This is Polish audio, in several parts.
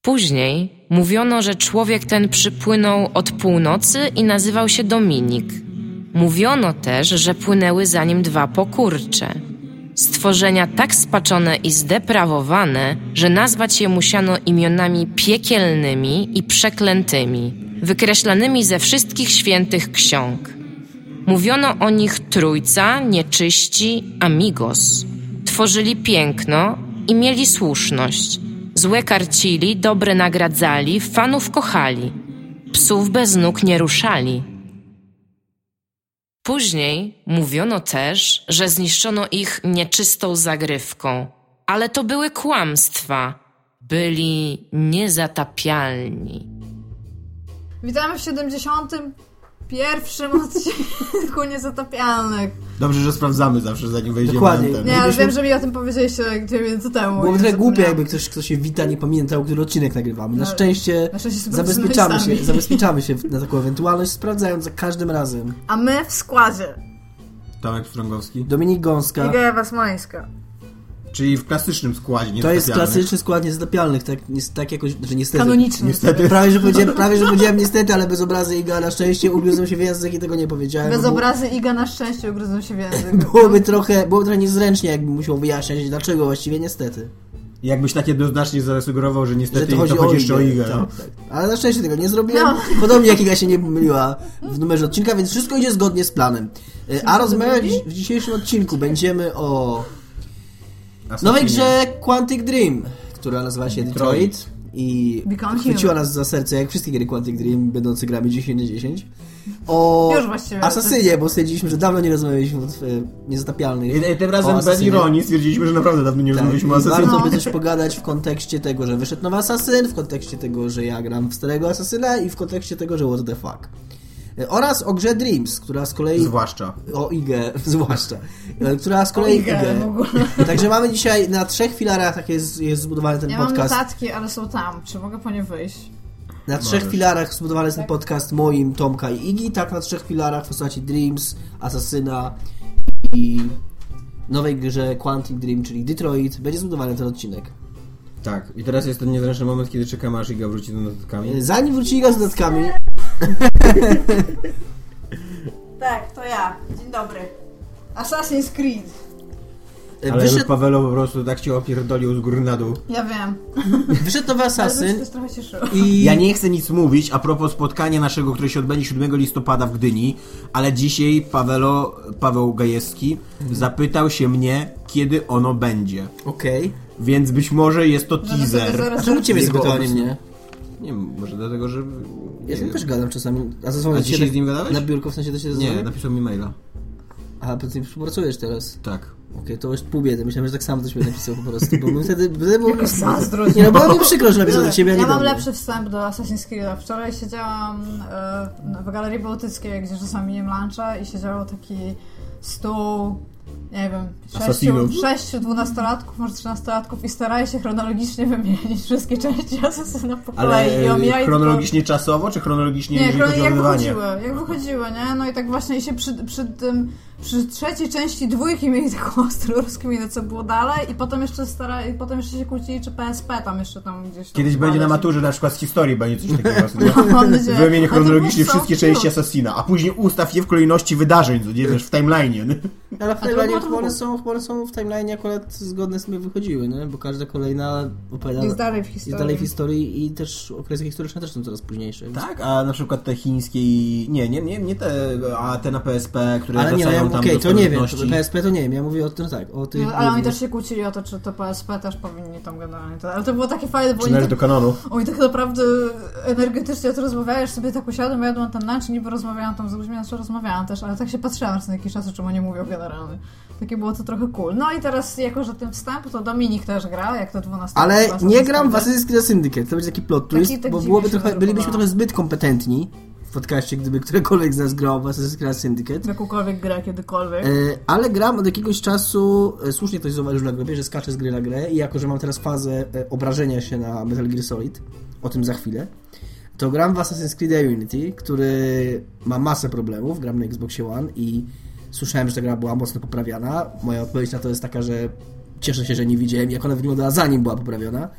Później mówiono, że człowiek ten przypłynął od północy i nazywał się Dominik. Mówiono też, że płynęły za nim 2 pokurcze. Stworzenia tak spaczone i zdeprawowane, że nazwać je musiano imionami piekielnymi i przeklętymi, wykreślanymi ze wszystkich świętych ksiąg. Mówiono o nich trójca, nieczyści, amigos. Tworzyli piękno i mieli słuszność. Złe karcili, dobre nagradzali, fanów kochali. Psów bez nóg nie ruszali. Później mówiono też, że zniszczono ich nieczystą zagrywką. Ale to były kłamstwa. Byli niezatapialni. Witamy w 71. odcinku Niezatapialnych. Dobrze, że sprawdzamy zawsze, zanim wejdziemy. Dokładnie. Nie, ale wiem, że mi o tym powiedzieliście 2 minuty temu. Byłoby trochę głupie, jakby ktoś, kto się wita, nie pamiętał, który odcinek nagrywamy. Na szczęście zabezpieczamy się na taką ewentualność, sprawdzając za każdym razem. A my w składzie. Tomek Strągowski. Dominik Gąska. Iga Ewa Smoleńska. Czyli w klasycznym składzie. To jest klasyczny skład niezatapialnych, tak jakoś, że niestety. Kanoniczny. Niestety. Prawie, że powiedziałem niestety, ale bez obrazy Iga na szczęście ugryzł się w język i tego nie powiedziałem. Bez obrazy Iga na szczęście ugryzł się w język. Byłoby trochę niezręcznie, jakbym musiał wyjaśniać, dlaczego właściwie niestety. Jakbyś tak jednoznacznie zasugerował, że niestety to chodzi jeszcze o Igę. Tak. Ale na szczęście tego nie zrobiłem. No. Podobnie jak Iga się nie pomyliła w numerze odcinka, więc wszystko idzie zgodnie z planem. A rozmawiać w dzisiejszym odcinku będziemy o nowej grze Quantic Dream, która nazywa się Detroit i chwyciła nas za serce, jak wszystkie gry Quantic Dream, będące grami 10/10. O Asasynie, bo stwierdziliśmy, że dawno nie rozmawialiśmy o Niezatapialnych. I tym razem bez ironii stwierdziliśmy, że naprawdę dawno nie rozmawialiśmy o Asasynie. Warto by też pogadać w kontekście tego, że wyszedł nowy Asasyn, w kontekście tego, że ja gram w starego Asasyna i w kontekście tego, że what the fuck. Oraz o grze Dreams, która z kolei... Zwłaszcza. O Igę, zwłaszcza. Która z kolei Igę. Także mamy dzisiaj na 3 filarach, tak jest zbudowany ten podcast. Ja mam notatki, ale są tam. Czy mogę po nie wyjść? Na 3 filarach zbudowany jest ten podcast moim, Tomka i Igi. Tak, na 3 filarach w postaci Dreams, Asasyna i nowej grze Quantic Dream, czyli Detroit, będzie zbudowany ten odcinek. Tak, i teraz jest ten niezręczny moment, kiedy czekamy, aż Iga wróci z notatkami. Zanim wróci Iga z notatkami... Tak, to ja. Dzień dobry. Assassin's Creed. Ale wyszedł... Pawelo po prostu tak cię opierdolił z góry na dół. Ja wiem. Wyszedł nowy Assassin i... Ja nie chcę nic mówić a propos spotkania naszego, które się odbędzie 7 listopada w Gdyni, ale dzisiaj Paweł Gajewski zapytał się mnie, kiedy ono będzie. Okej. Więc być może jest to teaser. A czemu ciebie zapytał, nie mnie? Nie wiem, może dlatego, że... Ja z nim też gadam czasami. A dzisiaj z nim gadałeś? Na biurko, w sensie to się Nie, napisał mi maila. Aha, to ty współpracujesz teraz? Tak. Okej, to już pół biedy. Myślałem, że tak samo coś mi napisał po prostu, bo wtedy było mi zazdrość. Nie, no było mi przykro, że napisał do ciebie, a nie Ja do mam mnie. lepszy wstęp do Assassin's Creed. Wczoraj siedziałam w Galerii Bałtyckiej, gdzie czasami jem luncha i siedziało taki stół, nie wiem, 6 12-latków, może 13-latków i starali się chronologicznie wymienić wszystkie części Asasyna po kolei. Ale chronologicznie czasowo, czy chronologicznie jak wychodziły, nie? No i tak właśnie się przy trzeciej części 2 mieli taką ostrą rozkminę, co było dalej i potem jeszcze się kłócili, czy PSP tam jeszcze tam gdzieś tam kiedyś będzie na maturze na przykład z historii będzie coś takiego. Wymienię chronologicznie wszystkie części Assassina, a później ustaw je w kolejności wydarzeń, nie wiesz, w timeline'ie. Ale w timeline'ie chyba są w timeline'ie akurat zgodne z tym wychodziły, nie? Bo każda kolejna opowiada jest dalej w historii i też okresy historyczne też są coraz późniejsze. Więc... Tak, a na przykład te chińskie nie te, a te na PSP, które ale wracają tam do to nie wiem, to PSP to nie wiem, ja mówię o tym o tych... No, ale oni też się kłócili o to, czy to PSP też powinni tam generalnie. Ale to było takie fajne, bo oni do kanonu. Oni tak naprawdę energetycznie o to rozmawiają, sobie tak usiadłem, jadłem ten lunch, niby rozmawiałam tam z ludźmi, znaczy rozmawiałam też, ale tak się patrzyłam raz na jakiś czas, o czym oni mówią generalnie. Takie było to trochę cool. No i teraz, jako że ten wstęp, to Dominik też gra, jak to 12. Ale nie gram w Assassin's Creed Syndicate, to będzie taki plot twist, bo bylibyśmy trochę zbyt kompetentni w podcaście, gdyby którekolwiek z nas grał w Assassin's Creed Syndicate. Jakąkolwiek grę, kiedykolwiek. Ale gram od jakiegoś czasu, słusznie ktoś zauważył na grupie, że skaczę z gry na grę i jako, że mam teraz fazę obrażenia się na Metal Gear Solid, o tym za chwilę, to gram w Assassin's Creed Unity, który ma masę problemów, gram na Xboxie One i słyszałem, że ta gra była mocno poprawiana. Moja odpowiedź na to jest taka, że cieszę się, że nie widziałem, jak ona wyglądała zanim była poprawiona,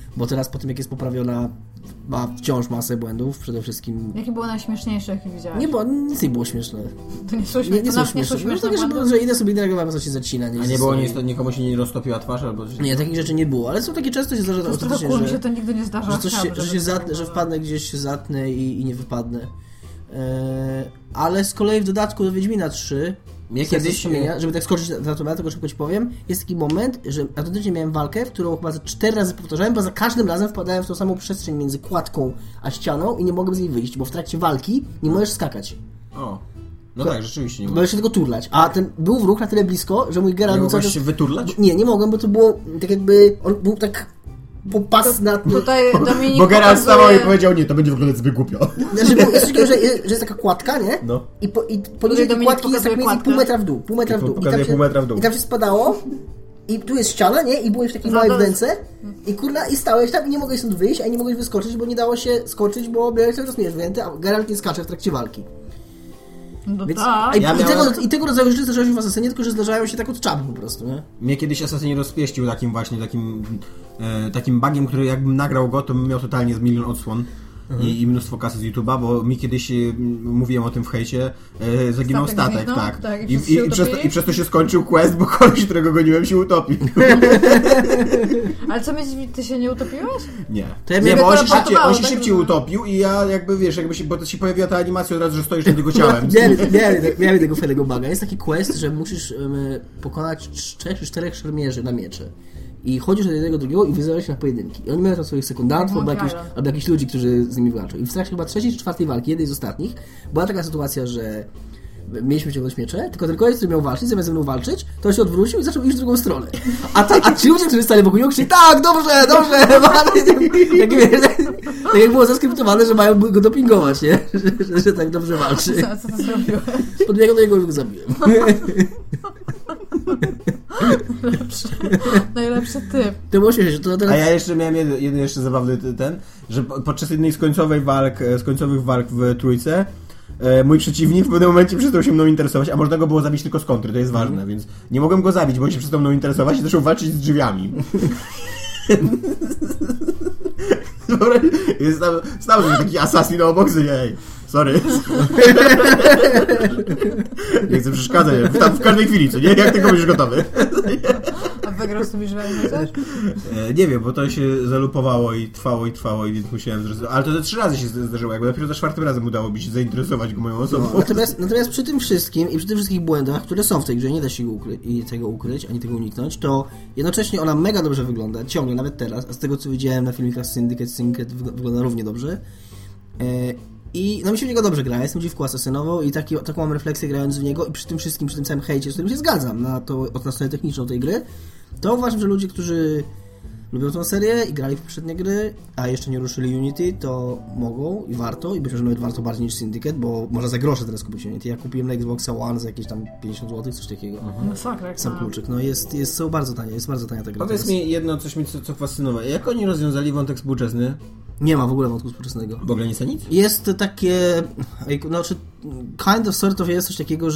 bo teraz po tym jak jest poprawiona ma wciąż masę błędów, przede wszystkim... Jakie było najśmieszniejsze, jakie widziałeś? Nie, bo nic nie było śmieszne. To nie są śmieszne? Nie są śmieszne. No, że idę sobie reagowałem, co się zacina. A nie było nikomu się nie roztopiła twarz? Albo coś... Nie, takich rzeczy nie było, ale są takie często się zdarza... To mi się to nigdy nie zdarza. Że wpadnę gdzieś, się zatnę i nie wypadnę. Ale z kolei w dodatku do Wiedźmina 3 kiedyś, żeby tak skoczyć na to, tylko szybko ci powiem, jest taki moment, że autentycznie miałem walkę, w którą chyba 4 razy powtarzałem, bo za każdym razem wpadałem w tą samą przestrzeń między kładką a ścianą i nie mogłem z niej wyjść, bo w trakcie walki nie możesz skakać. O. No tak, rzeczywiście nie mogę. Możesz się tylko turlać. A ten był wróg na tyle blisko, że mój Geralt... Nie mogłeś się wyturlać? Nie mogłem, bo to było tak jakby... On był tak... popas na... Tutaj Dominik bo Geralt stawał i powiedział, nie, to będzie wyglądać zbyt głupio. Znaczy, jest takiego, że jest taka kładka, nie? No. I poniżej tej kładki jest tak mniej więcej pół metra w dół. Pół metra w dół. I tam się spadało. I tu jest ściana, nie? I byłeś w takiej małej wnęce. I kurna, i stałeś tam i nie mogłeś stąd wyjść, a nie mogłeś wyskoczyć, bo nie dało się skoczyć, bo miałeś cały czas wzięty, a Geralt nie skacze w trakcie walki. No więc, tak. I tego rodzaju rzeczy zdarzają się w Asasynie, tylko że zdarzają się tak od czapy po prostu, nie? Mnie kiedyś Asasyn rozpieścił takim bugiem, który jakbym nagrał go, to bym miał totalnie z milion odsłon i mnóstwo kasy z YouTube'a, bo mi kiedyś, mówiłem o tym w hejcie, zaginął statek, tak. I przez to się skończył quest, bo koleś, którego goniłem, się utopił. Ale co, ty się nie utopiłeś? Nie. Nie, bo on się szybciej utopił i ja jakby, wiesz, bo to się pojawiła ta animacja od razu, że stoisz nad jego ciałem. Miałem tego fajnego buga. Jest taki quest, że musisz pokonać 3 czy 4 szermierzy na miecze. I chodzisz do jednego, drugiego i wyzywasz się na pojedynki. I oni mają tam swoich sekundantów albo jakichś ludzi, którzy z nimi walczą. I w trakcie chyba 3. czy 4. walki, jednej z ostatnich, była taka sytuacja, że mieliśmy ciągnąć miecze, tylko ten koleś, który miał walczyć, zamiast ze mną walczyć, to się odwrócił i zaczął iść w drugą stronę. A ci ludzie, którzy stali wokół niego, krzyczeli, tak, dobrze, tak jak było zaskryptowane, że mają go dopingować, nie? Że tak dobrze walczy. Co to zrobiłem? Podbiegłem do niego i go zabiłem. Najlepszy typ. To było śmieszne, że to teraz... A ja jeszcze miałem jeden jeszcze zabawny że podczas jednej z końcowych walk w trójce mój przeciwnik w pewnym momencie przestał się mną interesować, a można go było zabić tylko z kontry, to jest ważne, więc nie mogłem go zabić, bo on się przestał mną interesować i zaczął walczyć z drzwiami. Stał sobie taki asasin obok, ej, sorry. Nie chcę przeszkadzać, w każdej chwili, co nie? Jak tylko będziesz gotowy. A wygrał z tymi drzwiami też? Nie wiem, bo to się zalupowało i trwało i więc musiałem zrezygnować. Ale to te 3 razy się zdarzyło, jakby dopiero za 4. razem udało mi się zainteresować go moją osobą. No, natomiast przy tym wszystkim i przy tych wszystkich błędach, które są w tej grze, nie da się tego ukryć, ani tego uniknąć, to jednocześnie ona mega dobrze wygląda, ciągle, nawet teraz, a z tego co widziałem na filmikach Syndicate wygląda równie dobrze. I no mi się w niego dobrze gra, jestem dziwką asasynową i taką mam refleksję grając w niego i przy tym wszystkim, przy tym całym hejcie, z którym się zgadzam na stronę techniczną tej gry, to uważam, że ludzie, którzy lubią tą serię i grali w poprzednie gry, a jeszcze nie ruszyli Unity, to mogą i warto, i być może nawet warto bardziej niż Syndicate, bo można za grosze teraz kupić Unity. Ja kupiłem na Xboxa One za jakieś tam 50 zł, coś takiego. Sam kluczyk. No są bardzo tanie, jest bardzo tania ta gra. Powiedz mi jedno, co fascynowało. Jak oni rozwiązali wątek współczesny? Nie ma w ogóle wątku współczesnego. W ogóle nic? Jest takie, znaczy kind of sort of jest coś takiego,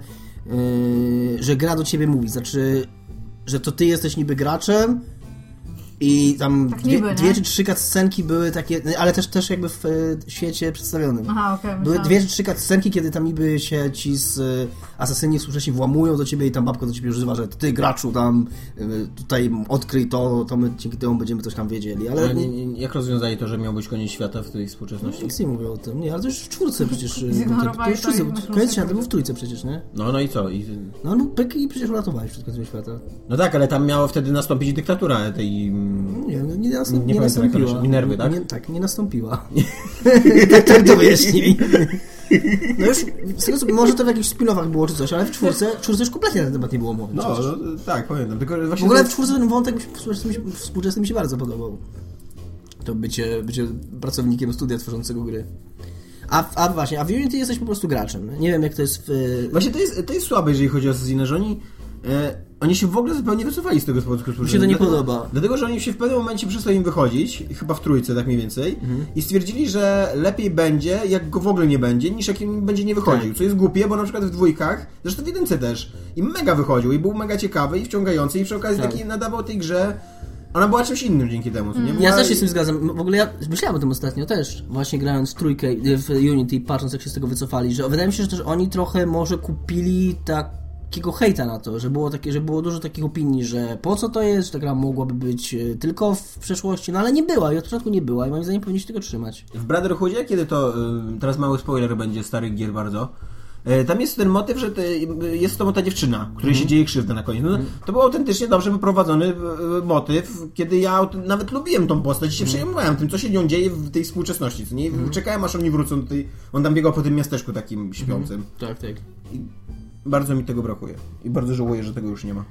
że gra do ciebie mówi, znaczy, że to ty jesteś niby graczem i tam tak dwie czy 3 cutscenki były takie, ale też jakby w świecie przedstawionym. Aha, okay, były 2 czy 3 cutscenki, kiedy tam niby się ci z asasyni współcześnie włamują do ciebie i tam babka do ciebie używa, że ty graczu tam tutaj odkryj to my dzięki temu będziemy coś tam wiedzieli. Ale jak rozwiązali to, że miał być koniec świata w tej współczesności? Nic nie mówię o tym. Nie, ale to już w 4 przecież. Koniec świata był w 3 przecież, nie? No i co? No pyk i przecież uratowałeś przed końcem świata. No tak, ale tam miało wtedy nastąpić dyktatura tej... Nie nastąpiła. Minerwy, tak? Nie nastąpiła. tak to wyjaśnili. No już, z tego co, może to w jakichś spin-offach było czy coś, ale w 4 już kompletnie na ten temat nie było mowy. No tak, pamiętam. Tylko właśnie w ogóle w 4 ten wątek współczesny mi się bardzo podobał. To bycie pracownikiem studia tworzącego gry. A właśnie, a w Unity jesteś po prostu graczem. Nie wiem jak to jest w... Właśnie to jest słabe, jeżeli chodzi o Assassin's, że oni się w ogóle zupełnie wycofali z tego spowodu. Mi się to nie podoba. Dlatego, że oni się w pewnym momencie przestali im wychodzić, chyba w 3 tak mniej więcej, i stwierdzili, że lepiej będzie, jak go w ogóle nie będzie, niż jak im będzie nie wychodził. Tak. Co jest głupie, bo na przykład w 2, zresztą w 1 też, im mega wychodził i był mega ciekawy i wciągający i przy okazji taki nadawał tej grze Ona była czymś innym dzięki temu, co nie? Ja też się z tym zgadzam. W ogóle ja myślałem o tym ostatnio też, właśnie grając w trójkę w Unity, patrząc jak się z tego wycofali, że wydaje mi się, że też oni trochę może kupili takiego hejta na to, że było dużo takich opinii, że po co to jest, że ta gra mogłaby być tylko w przeszłości, no ale nie była i od początku nie była i moim zdaniem powinni się tego trzymać. W Brotherhoodzie, kiedy to, teraz mały spoiler będzie starych gier bardzo, tam jest ten motyw, że jest to ta dziewczyna, której się dzieje krzywda na koniec. No, to był autentycznie dobrze wyprowadzony motyw, kiedy ja nawet lubiłem tą postać i się przejmowałem tym, co się nią dzieje w tej współczesności. Co nie? Czekałem, aż oni wrócą tutaj. On tam biegał po tym miasteczku takim śpiącym. Tak. I bardzo mi tego brakuje. I bardzo żałuję, że tego już nie ma.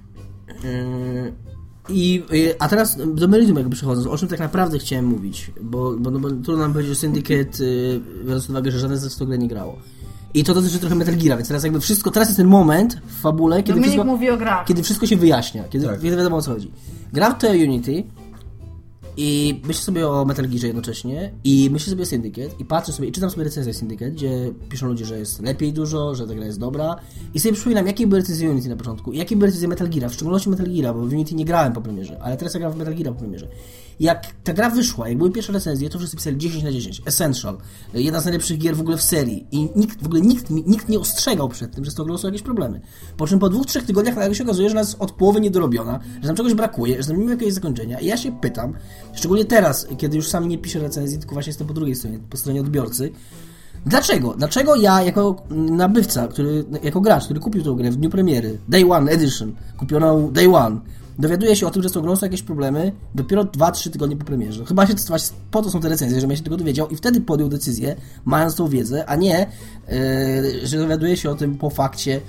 A teraz do meritum jakby przechodząc, o czym tak naprawdę chciałem mówić, bo trudno nam powiedzieć, że Syndicate, biorąc pod uwagę, że żadne z nas w tą grę nie grało. I to dotyczy trochę Metal Geara, więc teraz jakby wszystko, teraz jest ten moment w fabule, kiedy wszystko się wyjaśnia, kiedy wiadomo o co chodzi. Gram w to Unity i myślę sobie o Metal Gearze jednocześnie i myślę sobie o Syndicate i patrzę sobie i czytam sobie recenzję Syndicate, gdzie piszą ludzie, że jest lepiej dużo, że ta gra jest dobra i sobie przypominam, jakie były recenzje Unity na początku i jakie były recenzje Metal Geara, w szczególności Metal Geara, bo w Unity nie grałem po premierze, ale teraz ja gram w Metal Geara po premierze. Jak ta gra wyszła, jak były pierwsze recenzje, to wszyscy pisali 10/10, Essential, jedna z najlepszych gier w ogóle w serii i nikt nie ostrzegał przed tym, że z tą grą są jakieś problemy. Po czym po 2-3 tygodniach nagle się okazuje, że ona jest od połowy niedorobiona, że tam czegoś brakuje, że tam nie ma jakiegoś zakończenia i ja się pytam, szczególnie teraz, kiedy już sam nie piszę recenzji, tylko właśnie jestem po drugiej stronie, po stronie odbiorcy, dlaczego? Dlaczego ja jako nabywca, jako gracz, który kupił tę grę w dniu premiery, Day One Edition, kupioną Day One, dowiaduję się o tym, że z tą grą są jakieś problemy dopiero 2-3 tygodnie po premierze. Chyba się po to są te recenzje, żebym ja się tego dowiedział i wtedy podjął decyzję, mając tą wiedzę, a nie, że dowiaduję się o tym po fakcie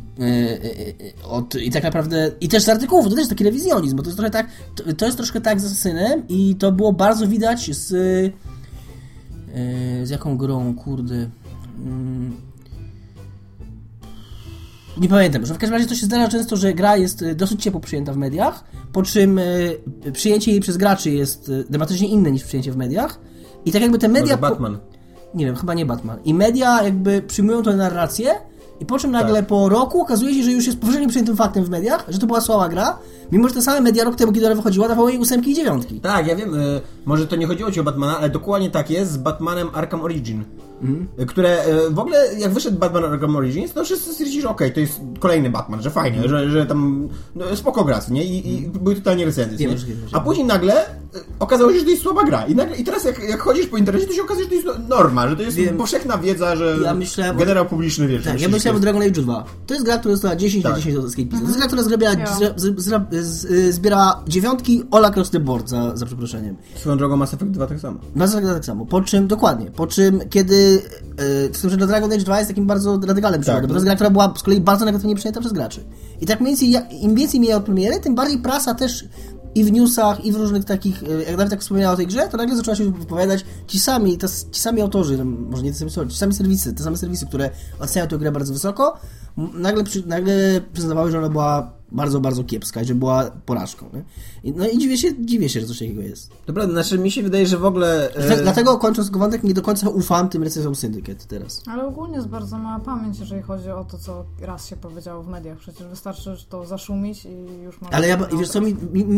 i tak naprawdę i też z artykułów, to też taki rewizjonizm, bo to jest troszkę tak z Assassinem i to było bardzo widać z jaką grą, kurde... Nie pamiętam, że w każdym razie to się zdarza często, że gra jest dosyć ciepło przyjęta w mediach, po czym przyjęcie jej przez graczy jest dramatycznie inne niż przyjęcie w mediach i tak jakby te media... Może Batman. Nie wiem, chyba nie Batman. I media jakby przyjmują tę narrację i po czym nagle po roku okazuje się, że już jest powszechnie przyjętym faktem w mediach, że to była słaba gra, mimo że te same media rok temu, kiedy ona wychodziła, dawały jej 8 i 9. Tak, ja wiem, może to nie chodziło ci o Batmana, ale dokładnie tak jest z Batmanem Arkham Origin. Które w ogóle, jak wyszedł Batman Arkham Origins, to wszyscy stwierdzili, że okej, to jest kolejny Batman, że fajnie, że tam spoko gra, nie? I były totalnie recenzje, nie? A później nagle okazało się, że to jest słaba gra. I teraz jak chodzisz po internecie, to się okazuje, że to jest norma, że to jest powszechna wiedza, że generał publiczny wie. Tak, ja myślałem o Dragon Age 2. To jest gra, która została 10 na 10 od Escape'izm. To jest gra, która zbierała 9 all across the board, za przeproszeniem. Swoją drogą Mass Effect 2 tak samo. Mass Effect 2 tak samo. Po czym kiedy z tym, że Dragon Age 2 jest takim bardzo radykalnym przykładem, bo to jest gra, która była z kolei bardzo negatywnie przyjęta przez graczy. I tak mniej więcej, im więcej miała od premiery, tym bardziej prasa też i w newsach, i w różnych takich, jak nawet tak wspomniała o tej grze, to nagle zaczęła się wypowiadać ci sami autorzy, może nie ci same serwisy, które oceniają tę grę bardzo wysoko, nagle przyznawały, że ona była bardzo, bardzo kiepska i że była porażką. Nie? No i dziwię się, że coś takiego jest. To prawda, znaczy mi się wydaje, że w ogóle... Dlatego kończąc wątek, nie do końca ufam tym recenzjom Syndicate teraz. Ale ogólnie jest bardzo mała pamięć, jeżeli chodzi o to, co raz się powiedziało w mediach. Przecież wystarczy to zaszumić i już mamy... Ale wiesz co,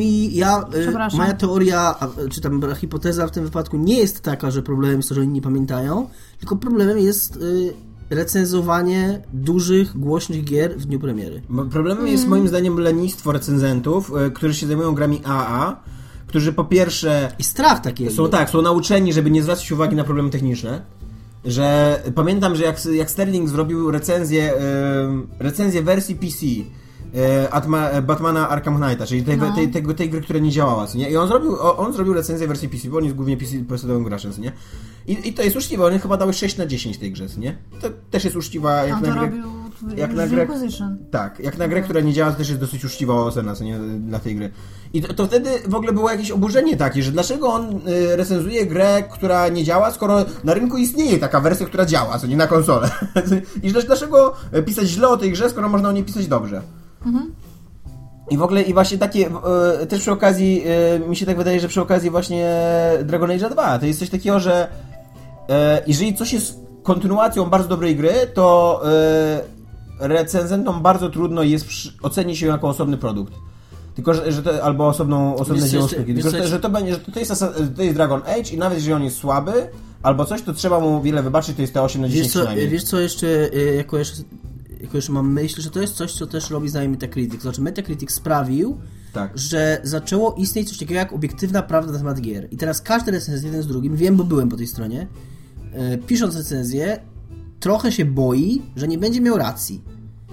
moja teoria, czy tam hipoteza w tym wypadku nie jest taka, że problemem jest to, że oni nie pamiętają, tylko problemem jest... recenzowanie dużych, głośnych gier w dniu premiery. Problemem jest moim zdaniem lenistwo recenzentów, którzy się zajmują grami AA, którzy po pierwsze... I strach taki są nauczeni, żeby nie zwracać uwagi na problemy techniczne. Że pamiętam, że jak Sterling zrobił recenzję wersji PC Batmana Arkham Knighta, czyli tej gry, która nie działała, nie? I on zrobił recenzję wersji PC, bo on jest głównie PC-owym graczem, nie? I to jest uczciwe, one chyba dały 6/10 tej grze, nie? To też jest uczciwa jak na grę. Tak, jak na grę, która nie działa, to też jest dosyć uczciwa ocena, nie? Dla tej gry. I to wtedy w ogóle było jakieś oburzenie takie, że dlaczego on recenzuje grę, która nie działa, skoro na rynku istnieje taka wersja, która działa, co nie na konsolę. I dlaczego pisać źle o tej grze, skoro można o niej pisać dobrze. I w ogóle, i właśnie takie, też przy okazji, mi się tak wydaje, że przy okazji właśnie Dragon Age 2, to jest coś takiego, że jeżeli coś jest kontynuacją bardzo dobrej gry, to recenzentom bardzo trudno jest ocenić się jako osobny produkt. Tylko, że to, albo osobne dzieło sztuki. Tylko, że to jest Dragon Age i nawet jeżeli on jest słaby, albo coś, to trzeba mu wiele wybaczyć, to jest te 8 na 10 przynajmniej. Wiesz co jeszcze, jako jeszcze mam myśl, że to jest coś, co też robi z nami Metacritic. To znaczy Metacritic sprawił, że zaczęło istnieć coś takiego jak obiektywna prawda na temat gier. I teraz każdy recenzent jeden z drugim, wiem, bo byłem po tej stronie, pisząc recenzję, trochę się boi, że nie będzie miał racji.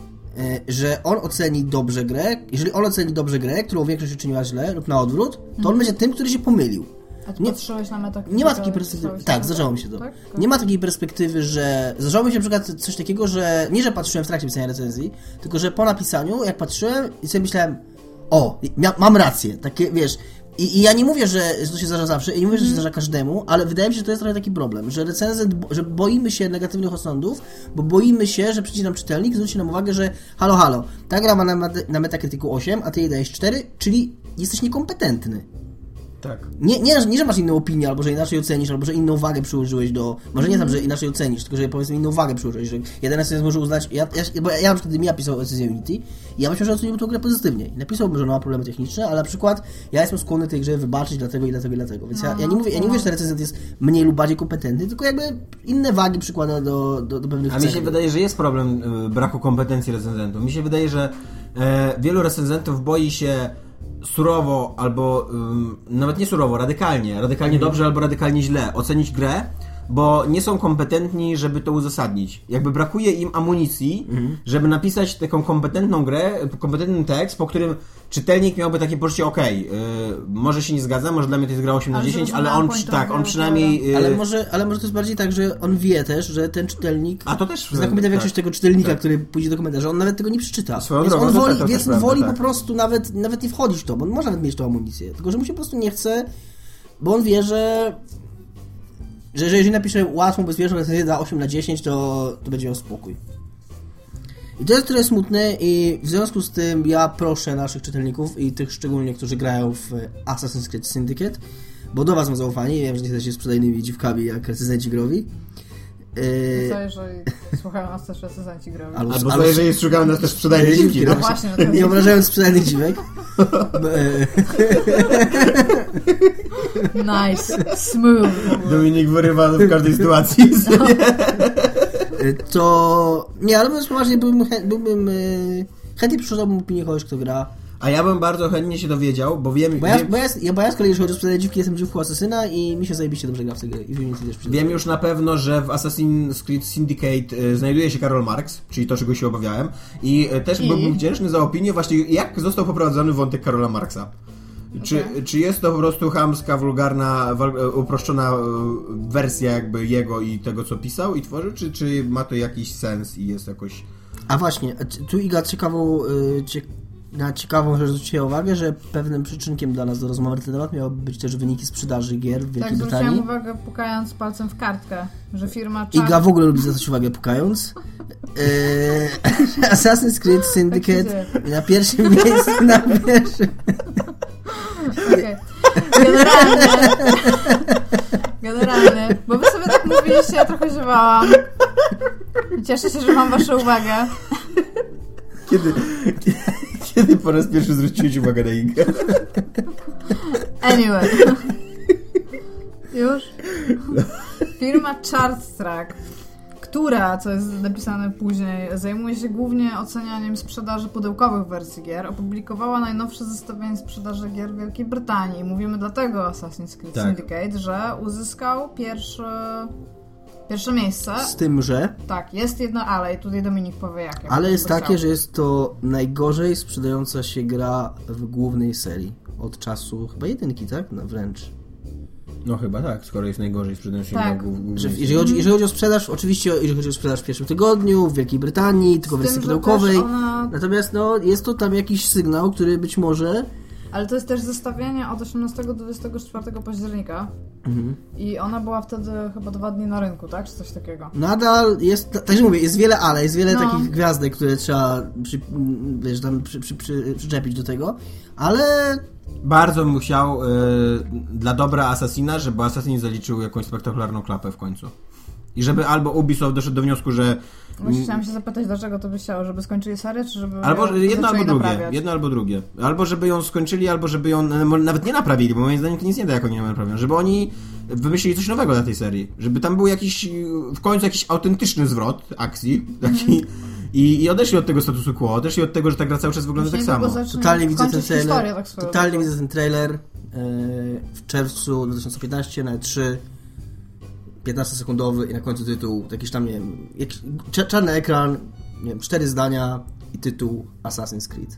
Że on oceni dobrze grę, jeżeli on oceni dobrze grę, którą większość uczyniła źle lub na odwrót, to on będzie tym, który się pomylił. A ty patrzyłeś na Metacritic? Nie ma takiej perspektywy. Tak, zdarzało mi się to. Tak? Nie ma takiej perspektywy, że... Zdarzało mi się na przykład coś takiego, że nie, że patrzyłem w trakcie pisania recenzji, tylko że po napisaniu, jak patrzyłem i sobie myślałem, mam rację. Takie, wiesz... I ja nie mówię, że to się zdarza zawsze, i nie mówię, że się zdarza każdemu, ale wydaje mi się, że to jest trochę taki problem, że recenzent, że boimy się negatywnych osądów, bo boimy się, że przyjdzie nam czytelnik, zwróci nam uwagę, że halo, ta gra ma na Metacriticu 8, a ty jej dajesz 4, czyli jesteś niekompetentny. Tak. Nie, że masz inną opinię, albo że inaczej ocenisz, albo że inną wagę przyłożyłeś do... Może nie tam, że inaczej ocenisz, tylko że powiedzmy inną wagę przyłożyłeś, że jeden recenzent może uznać... Bo ja na przykład, gdybym pisał recenzję Unity, ja myślę, że oceniłbym tę grę pozytywnie. I napisałbym, że ona ma problemy techniczne, ale na przykład ja jestem skłonny tej grze wybaczyć dlatego. Więc ja nie mówię, że ten recenzent jest mniej lub bardziej kompetentny, tylko jakby inne wagi przykłada do pewnych cech. A mi się wydaje, że jest problem braku kompetencji recenzentów. Mi się wydaje, że wielu recenzentów boi się surowo albo nawet nie surowo, radykalnie dobrze albo radykalnie źle ocenić grę, bo nie są kompetentni, żeby to uzasadnić. Jakby brakuje im amunicji, żeby napisać taką kompetentną grę, kompetentny tekst, po którym czytelnik miałby takie poczucie, może się nie zgadza, może dla mnie to jest gra 8 na 10, ale on przynajmniej... Ale może to jest bardziej tak, że on wie też, że ten czytelnik... A to też... Znakomita większość tego czytelnika, który pójdzie do komentarza, on nawet tego nie przeczyta. Więc on woli po prostu nawet nie wchodzić w to, bo on może nawet mieć tą amunicję. Tylko, że mu się po prostu nie chce, bo on wie, że jeżeli napisze łatwą, bezpieczną recenzję da 8 na 10, to będzie miał spokój. I to jest trochę smutne i w związku z tym ja proszę naszych czytelników i tych szczególnie, którzy grają w Assassin's Creed Syndicate, bo do was mam zaufanie i wiem, że nie jesteście sprzedajnymi dziwkami jak recenzenci growi. Jeżeli słuchają nas też recenzenci growi. Albo jeżeli szukają nas też sprzedajne dziwki. No właśnie. Nie obrażając sprzedajnych dziwek. Nice. Smooth. Dominik wyrywa w każdej sytuacji. To... Nie, ale mówiąc poważnie, byłbym chętnie przeczytałbym opinię kogoś, kto gra. A ja bym bardzo chętnie się dowiedział, bo wiem... Bo ja z kolei, jeżeli chodzi o sprzedanie dziwki, jestem dziwką Asasyna i mi się zajebiście dobrze gra w tej grze. Wiem już na pewno, że w Assassin's Creed Syndicate znajduje się Karol Marx, czyli to, czego się obawiałem. I też byłbym wdzięczny za opinię właśnie, jak został poprowadzony wątek Karola Marxa. Czy jest to po prostu chamska, wulgarna, uproszczona wersja jakby jego i tego, co pisał i tworzył, czy ma to jakiś sens i jest jakoś... A właśnie, tu Iga na ciekawą rzecz zwróciła uwagę, że pewnym przyczynkiem dla nas do rozmowy na ten temat miały być też wyniki sprzedaży gier w Wielkiej Brytanii. Tak, zwróciłam uwagę pukając palcem w kartkę, że firma... Iga w ogóle lubi zwracać uwagę pukając. Assassin's Creed Syndicate na pierwszym miejscu, Okay. Generalnie, bo wy sobie tak mówiliście, ja trochę ziewałam. Cieszę się, że mam waszą uwagę. Kiedy po raz pierwszy zwróciłeś uwagę na Igę? Anyway. Już? Firma Charttrack, która, co jest napisane później, zajmuje się głównie ocenianiem sprzedaży pudełkowych wersji gier, opublikowała najnowsze zestawienie sprzedaży gier w Wielkiej Brytanii. Mówimy dlatego o Assassin's Creed Syndicate, że uzyskał pierwsze miejsce. Z tym, że... Tak, jest jedno ale i tutaj Dominik powie jakie. Ale jest takie, że jest to najgorzej sprzedająca się gra w głównej serii. Od czasu chyba 1, tak? No, wręcz. No chyba tak, skoro jest najgorzej sprzedająca się tak. gra jeżeli chodzi o sprzedaż, oczywiście jeżeli chodzi o sprzedaż w pierwszym tygodniu, w Wielkiej Brytanii, tylko w wersji pudełkowej. Natomiast jest to tam jakiś sygnał, który być może... Ale to jest też zestawienie od 18 do 24 października i ona była wtedy chyba 2 dni na rynku, tak? Czy coś takiego? Nadal jest, tak jak mówię, jest wiele ale, jest wiele takich gwiazdek, które trzeba przyczepić do tego, ale... Bardzo bym chciał dla dobra Assassina, żeby Assassin zaliczył jakąś spektakularną klapę w końcu. I żeby albo Ubisoft doszedł do wniosku, że... Właśnie chciałam się zapytać, dlaczego to byś chciał, żeby skończyli serię, czy żeby jedno albo drugie. Albo żeby ją skończyli, albo żeby ją nawet nie naprawili, bo moim zdaniem to nic nie da, jak oni ją naprawią. Żeby oni wymyślili coś nowego na tej serii. Żeby tam był w końcu jakiś autentyczny zwrot akcji, taki... I odeszli od tego statusu quo, odeszli od tego, że ta gra cały czas wygląda tak samo. Totalnie widzę ten trailer w czerwcu 2015 na E3, 15-sekundowy i na końcu tytuł, jakiś tam, nie wiem, czarny ekran, nie wiem, 4 zdania i tytuł Assassin's Creed.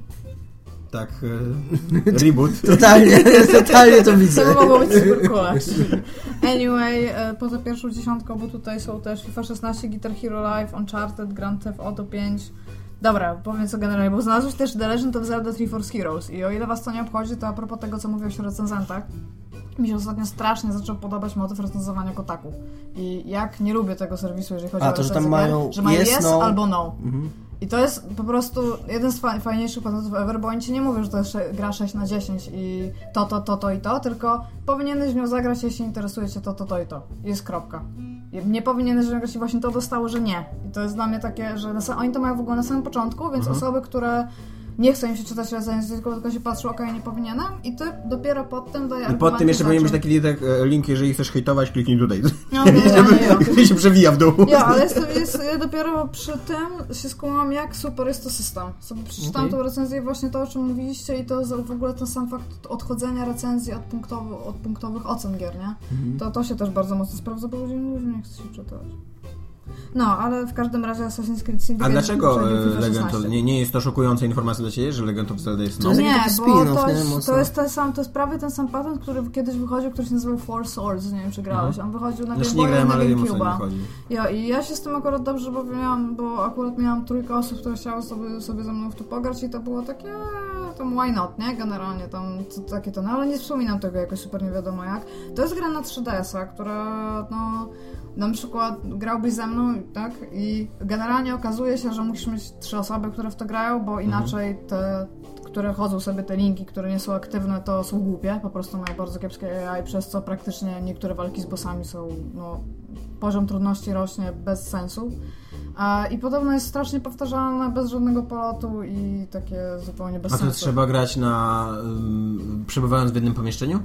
Tak, reboot. Totalnie to widzę. To mogło być super cool. Anyway, poza pierwszą dziesiątką, bo tutaj są też FIFA 16, Guitar Hero Live, Uncharted, Grand Theft Auto 5. Dobra, powiem co generalnie, bo znalazłeś też The Legend of Zelda Three Force Heroes i o ile was to nie obchodzi, to a propos tego, co mówiłeś o recenzentach, mi się ostatnio strasznie zaczął podobać motyw recenzowania Kotaku. I jak nie lubię tego serwisu, jeżeli chodzi o recenzję, że tam mają yes albo no. Mhm. I to jest po prostu jeden z fajniejszych patentów ever, bo oni ci nie mówią, że to jest gra 6/10 i to i to, tylko powinieneś w nią zagrać, jeśli interesuje cię to i to. I jest kropka. I nie powinieneś grać i właśnie to dostało, że nie. I to jest dla mnie takie, że oni to mają w ogóle na samym początku, więc osoby, które nie chcą im się czytać recenzji, tylko się patrzą, okej, nie powinienem i ty dopiero pod tym daje argumenty. I pod tym jeszcze powinien być taki link, jeżeli chcesz hejtować, kliknij tutaj. No, się przewija w dół. Ja, ale ja dopiero przy tym się skumam, jak super jest to system. Sobie przeczytałam tą recenzję właśnie to, o czym mówiliście i to w ogóle ten sam fakt odchodzenia recenzji od punktowych ocen gier, nie? To się też bardzo mocno sprawdza, bo ludzie nie chcą się czytać. No, ale w każdym razie Assassin's Creed Syndicate... A dlaczego Legend of... Nie jest to szokująca informacja dla Ciebie, że Legend of Zelda jest nowy? Nie, bo to jest prawie ten sam patent, który kiedyś wychodził, który się nazywał Four Swords, nie wiem czy grałeś. On wychodził na GameCube'a. I ja się z tym akurat dobrze bawiłam, bo akurat miałam 3 osób, które chciały sobie ze mną w to pograć i to było takie... tam why not, nie? Generalnie tam takie to, no ale nie wspominam tego jakoś super nie wiadomo jak. To jest gra na 3DS-a, która na przykład grałbyś ze mną, tak? I generalnie okazuje się, że musisz mieć 3 osoby, które w to grają, bo inaczej te, które chodzą sobie te linki, które nie są aktywne, to są głupie, po prostu mają bardzo kiepskie AI, przez co praktycznie niektóre walki z bossami są, poziom trudności rośnie bez sensu. I podobno jest strasznie powtarzalne, bez żadnego polotu i takie zupełnie bez sensu. A to trzeba grać przebywając w jednym pomieszczeniu?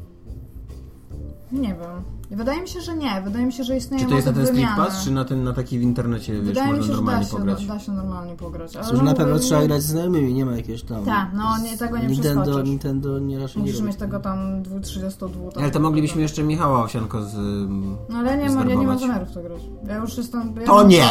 Nie wiem. Wydaje mi się, że nie. Wydaje mi się, że istnieje. Czy to jest na ten Street Pass, czy na taki w internecie, wydaje można normalnie pograć? Da się normalnie pograć. Ale na pewno trzeba grać z znajomymi, nie ma jakiegoś tam... Tak, tego nie przeskoczysz. Nintendo nie raczej musisz mieć tego tam 32. Ale to moglibyśmy jeszcze Michała Owsianko ale ja nie mam zamiaru w to grać. Ja już jestem... To nie!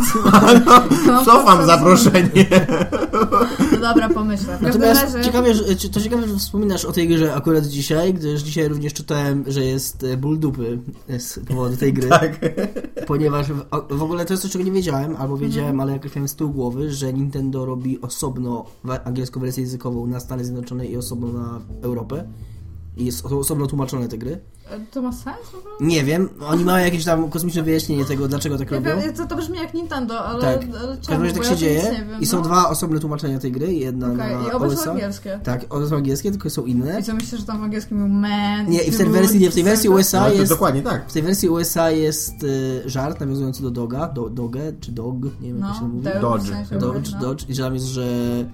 Cofam zaproszenie! No dobra, pomyślę. Natomiast ciekawe, że wspominasz o tej grze akurat dzisiaj, gdyż dzisiaj również czytałem, że jest ból dupy z powodu tej gry. Tak. Ponieważ w ogóle to jest coś, czego nie wiedziałem, albo wiedziałem, ale jakoś miałem z tyłu głowy, że Nintendo robi osobno angielską wersję językową na Stany Zjednoczone i osobno na Europę. I jest osobno tłumaczone te gry. To ma sens? Nie wiem. Oni mają jakieś tam kosmiczne wyjaśnienie tego, dlaczego tak robią. To brzmi jak Nintendo, ale... Tak. Ale czemu? Tak się dzieje. I są 2 osobne tłumaczenia tej gry. Jedna na i oba są angielskie. Tak, oba są angielskie, tylko są inne. I co myślisz, że tam w angielskim mówią man? Nie, i w tej wersji USA jest... Dokładnie tak. W tej wersji USA jest żart nawiązujący do Doga. Dogę, czy Dog, nie wiem jak się mówi. Dodge. I tam jest, że...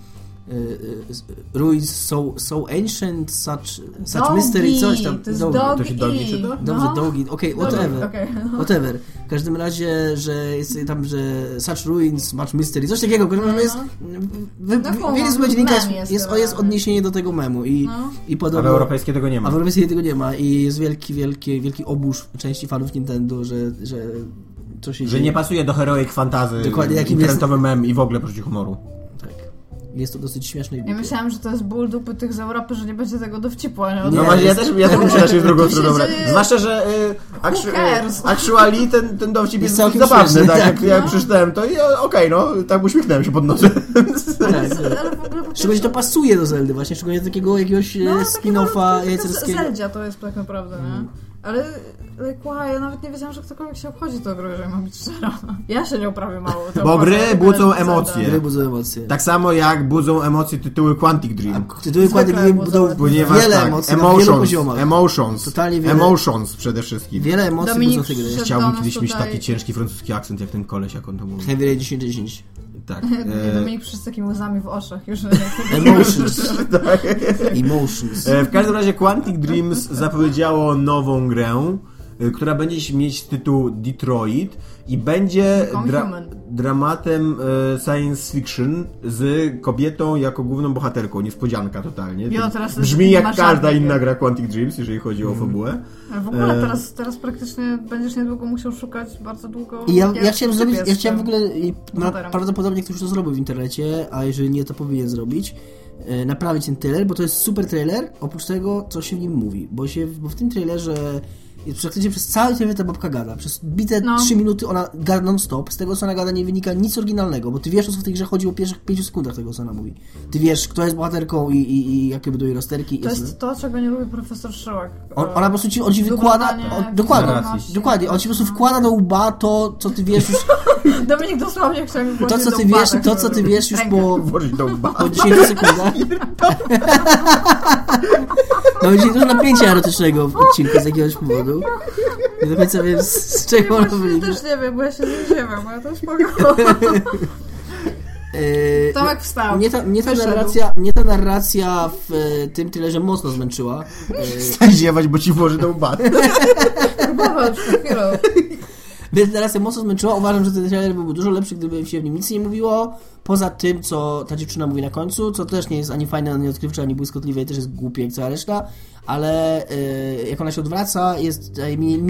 ruins so ancient, such mystery, coś tam. To jest Dogi. To się Dogi czyta? Dobrze, Dogi, whatever. W każdym razie, że jest tam, że such ruins, much mystery, coś takiego, jest wiele słuchajcie linkach, jest odniesienie do tego memu i podobno... A w europejskiej tego nie ma. A w europejskiej tego nie ma i jest wielki obóz części fanów Nintendo, że co się dzieje. Że nie pasuje do heroic fantasy, internetowy mem i w ogóle poczucie humoru. Jest to dosyć śmieszne i Ja myślałam, że to jest ból dupy tych z Europy, że nie będzie tego dowcipu, ale... No właśnie, ja też myślałem, że jest drugą stroną. Zwłaszcza, że actually ten dowcip jest całkiem zabawny, tak? Jak przeczytałem to i okej, tak uśmiechnąłem się pod nosem. Szczególnie to pasuje do Zeldy właśnie, szczególnie takiego jakiegoś spin-offa jajcerskiego. Zeldzia to jest tak naprawdę, nie? Ale ja nawet nie wiedziałam, że ktokolwiek się obchodzi tą grą, jeżeli mam być szczera. Ja się nie uprawię mało. Bo gry budzą emocje. Gry budzą emocje. Tak samo jak budzą emocje tytuły Quantic Dream. Tytuły Quantic Dream budzą wiele emocji na wielu poziomach. Totalnie wiele. Emotions przede wszystkim. Wiele emocji budzą te gry. Chciałbym kiedyś mieć taki ciężki francuski akcent jak ten koleś, jak on to mówi. Heavy Rain 1010. Tak. Dominik przyszedł z takimi łzami w oczach. Już Emotions. W każdym razie Quantic Dreams zapowiedziało nową grę, która będzie mieć tytuł Detroit i będzie dramatem science fiction z kobietą jako główną bohaterką. Niespodzianka totalnie. Brzmi jak każda inna gra Quantic Dreams, jeżeli chodzi o fabułę. W ogóle teraz praktycznie będziesz niedługo musiał szukać bardzo długo. I ja chciałem w ogóle, prawdopodobnie ktoś to zrobił w internecie, a jeżeli nie, to powinien zrobić, naprawić ten trailer, bo to jest super trailer, oprócz tego, co się w nim mówi. Bo w tym trailerze praktycznie przez cały trailer ta babka gada. Przez bite 3 minuty ona gada non-stop. Z tego, co ona gada, nie wynika nic oryginalnego, bo ty wiesz, o co w tej grze chodzi o pierwszych 5 sekundach tego, co ona mówi. Ty wiesz, kto jest bohaterką i jakie będą jej rozterki. To jest to, czego nie lubi profesor Szyłak. Ona po prostu on ci wykłada... Dokładnie. On ci po prostu wkłada do łba to, co ty wiesz już... Dominik dosłownie chciał mi włożyć to, co ty wiesz już po 10 sekundach. No będzie dużo napięcia erotycznego w odcinku z jakiegoś powodu. Nie do końca wiem, z czego ono wynika. Ja też nie wiem, bo ja się nie wiem, ale to spoko. Tomek wstał. Mnie ta narracja w tym trailerze mocno zmęczyła. Stań ziewać, bo ci włoży do łba. Mnie ta narracja mocno zmęczyła. Uważam, że ten trailer byłby dużo lepszy, gdyby się w nim nic nie mówiło. Poza tym, co ta dziewczyna mówi na końcu, co też nie jest ani fajne, ani odkrywcze, ani błyskotliwe i też jest głupie jak cała reszta, ale jak ona się odwraca, jest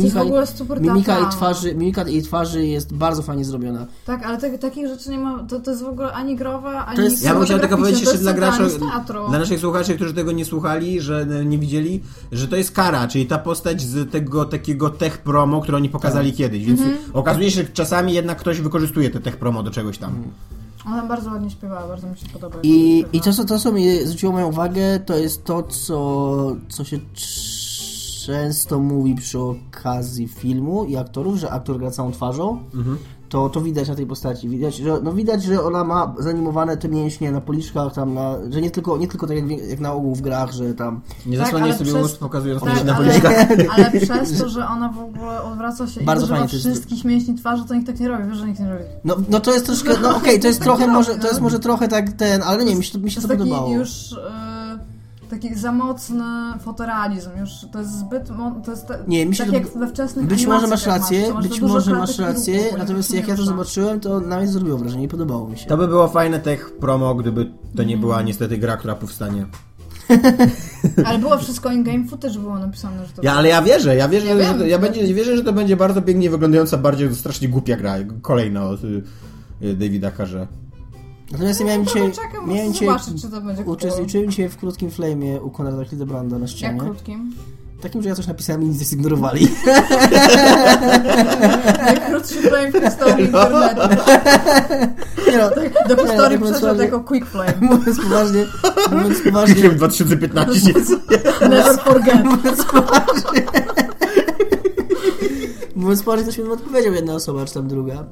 mimika jej twarzy jest bardzo fajnie zrobiona. Tak, ale takich rzeczy nie ma, to jest w ogóle ani growe, ani... Ja bym chciał tylko powiedzieć jeszcze dla naszych słuchaczy, którzy tego nie słuchali, że nie widzieli, że to jest Kara, czyli ta postać z tego takiego tech promo, które oni pokazali kiedyś, więc okazuje się, że czasami jednak ktoś wykorzystuje te tech promo do czegoś tam. Ona bardzo ładnie śpiewała, bardzo mi się podoba. I to, co mi zwróciło moją uwagę, to jest to, co się często mówi przy okazji filmu i aktorów, że aktor gra całą twarzą. To widać na tej postaci. Widać, że ona ma zanimowane te mięśnie na policzkach, tam że nie tylko tak jak na ogół w grach, że tam... Nie zasłaniaj sobie ust, pokazując mięśnie na policzkach. Ale przez to, że ona w ogóle odwraca się bardzo i używa wszystkich mięśni twarzy, to nikt tak nie robi. Wiesz, że nikt nie robi. No to jest troszkę... No okej, to jest trochę może trochę tak ale nie, mi się to podobało. Już... taki za mocny fotorealizm, już to jest zbyt... To jest jak we wczesnych Być może masz rację, natomiast jak ja to zobaczyłem, to nawet zrobiło wrażenie i podobało mi się. To by było fajne tech promo, gdyby to nie była niestety gra, która powstanie. Ale było wszystko in-game footage, było napisane, że to... Ale ja wierzę, że to będzie bardzo pięknie wyglądająca, bardziej strasznie głupia gra, kolejna od Davida Carze. Natomiast ja miałem dzisiaj zobaczyć, czy to będzie uczestniczyłem dzisiaj w krótkim flame'ie u Konrada Hildebranda na ścianie. Jak krótkim? Takim, że ja coś napisałem i nic zignorowali. Najkrótszy flame w historii internetu. Do historii przeszedł jako quick flame. Mówiąc poważnie... Film 2015. Never forget. Mówiąc poważnie, to się mi odpowiedział jedna osoba, czy tam druga.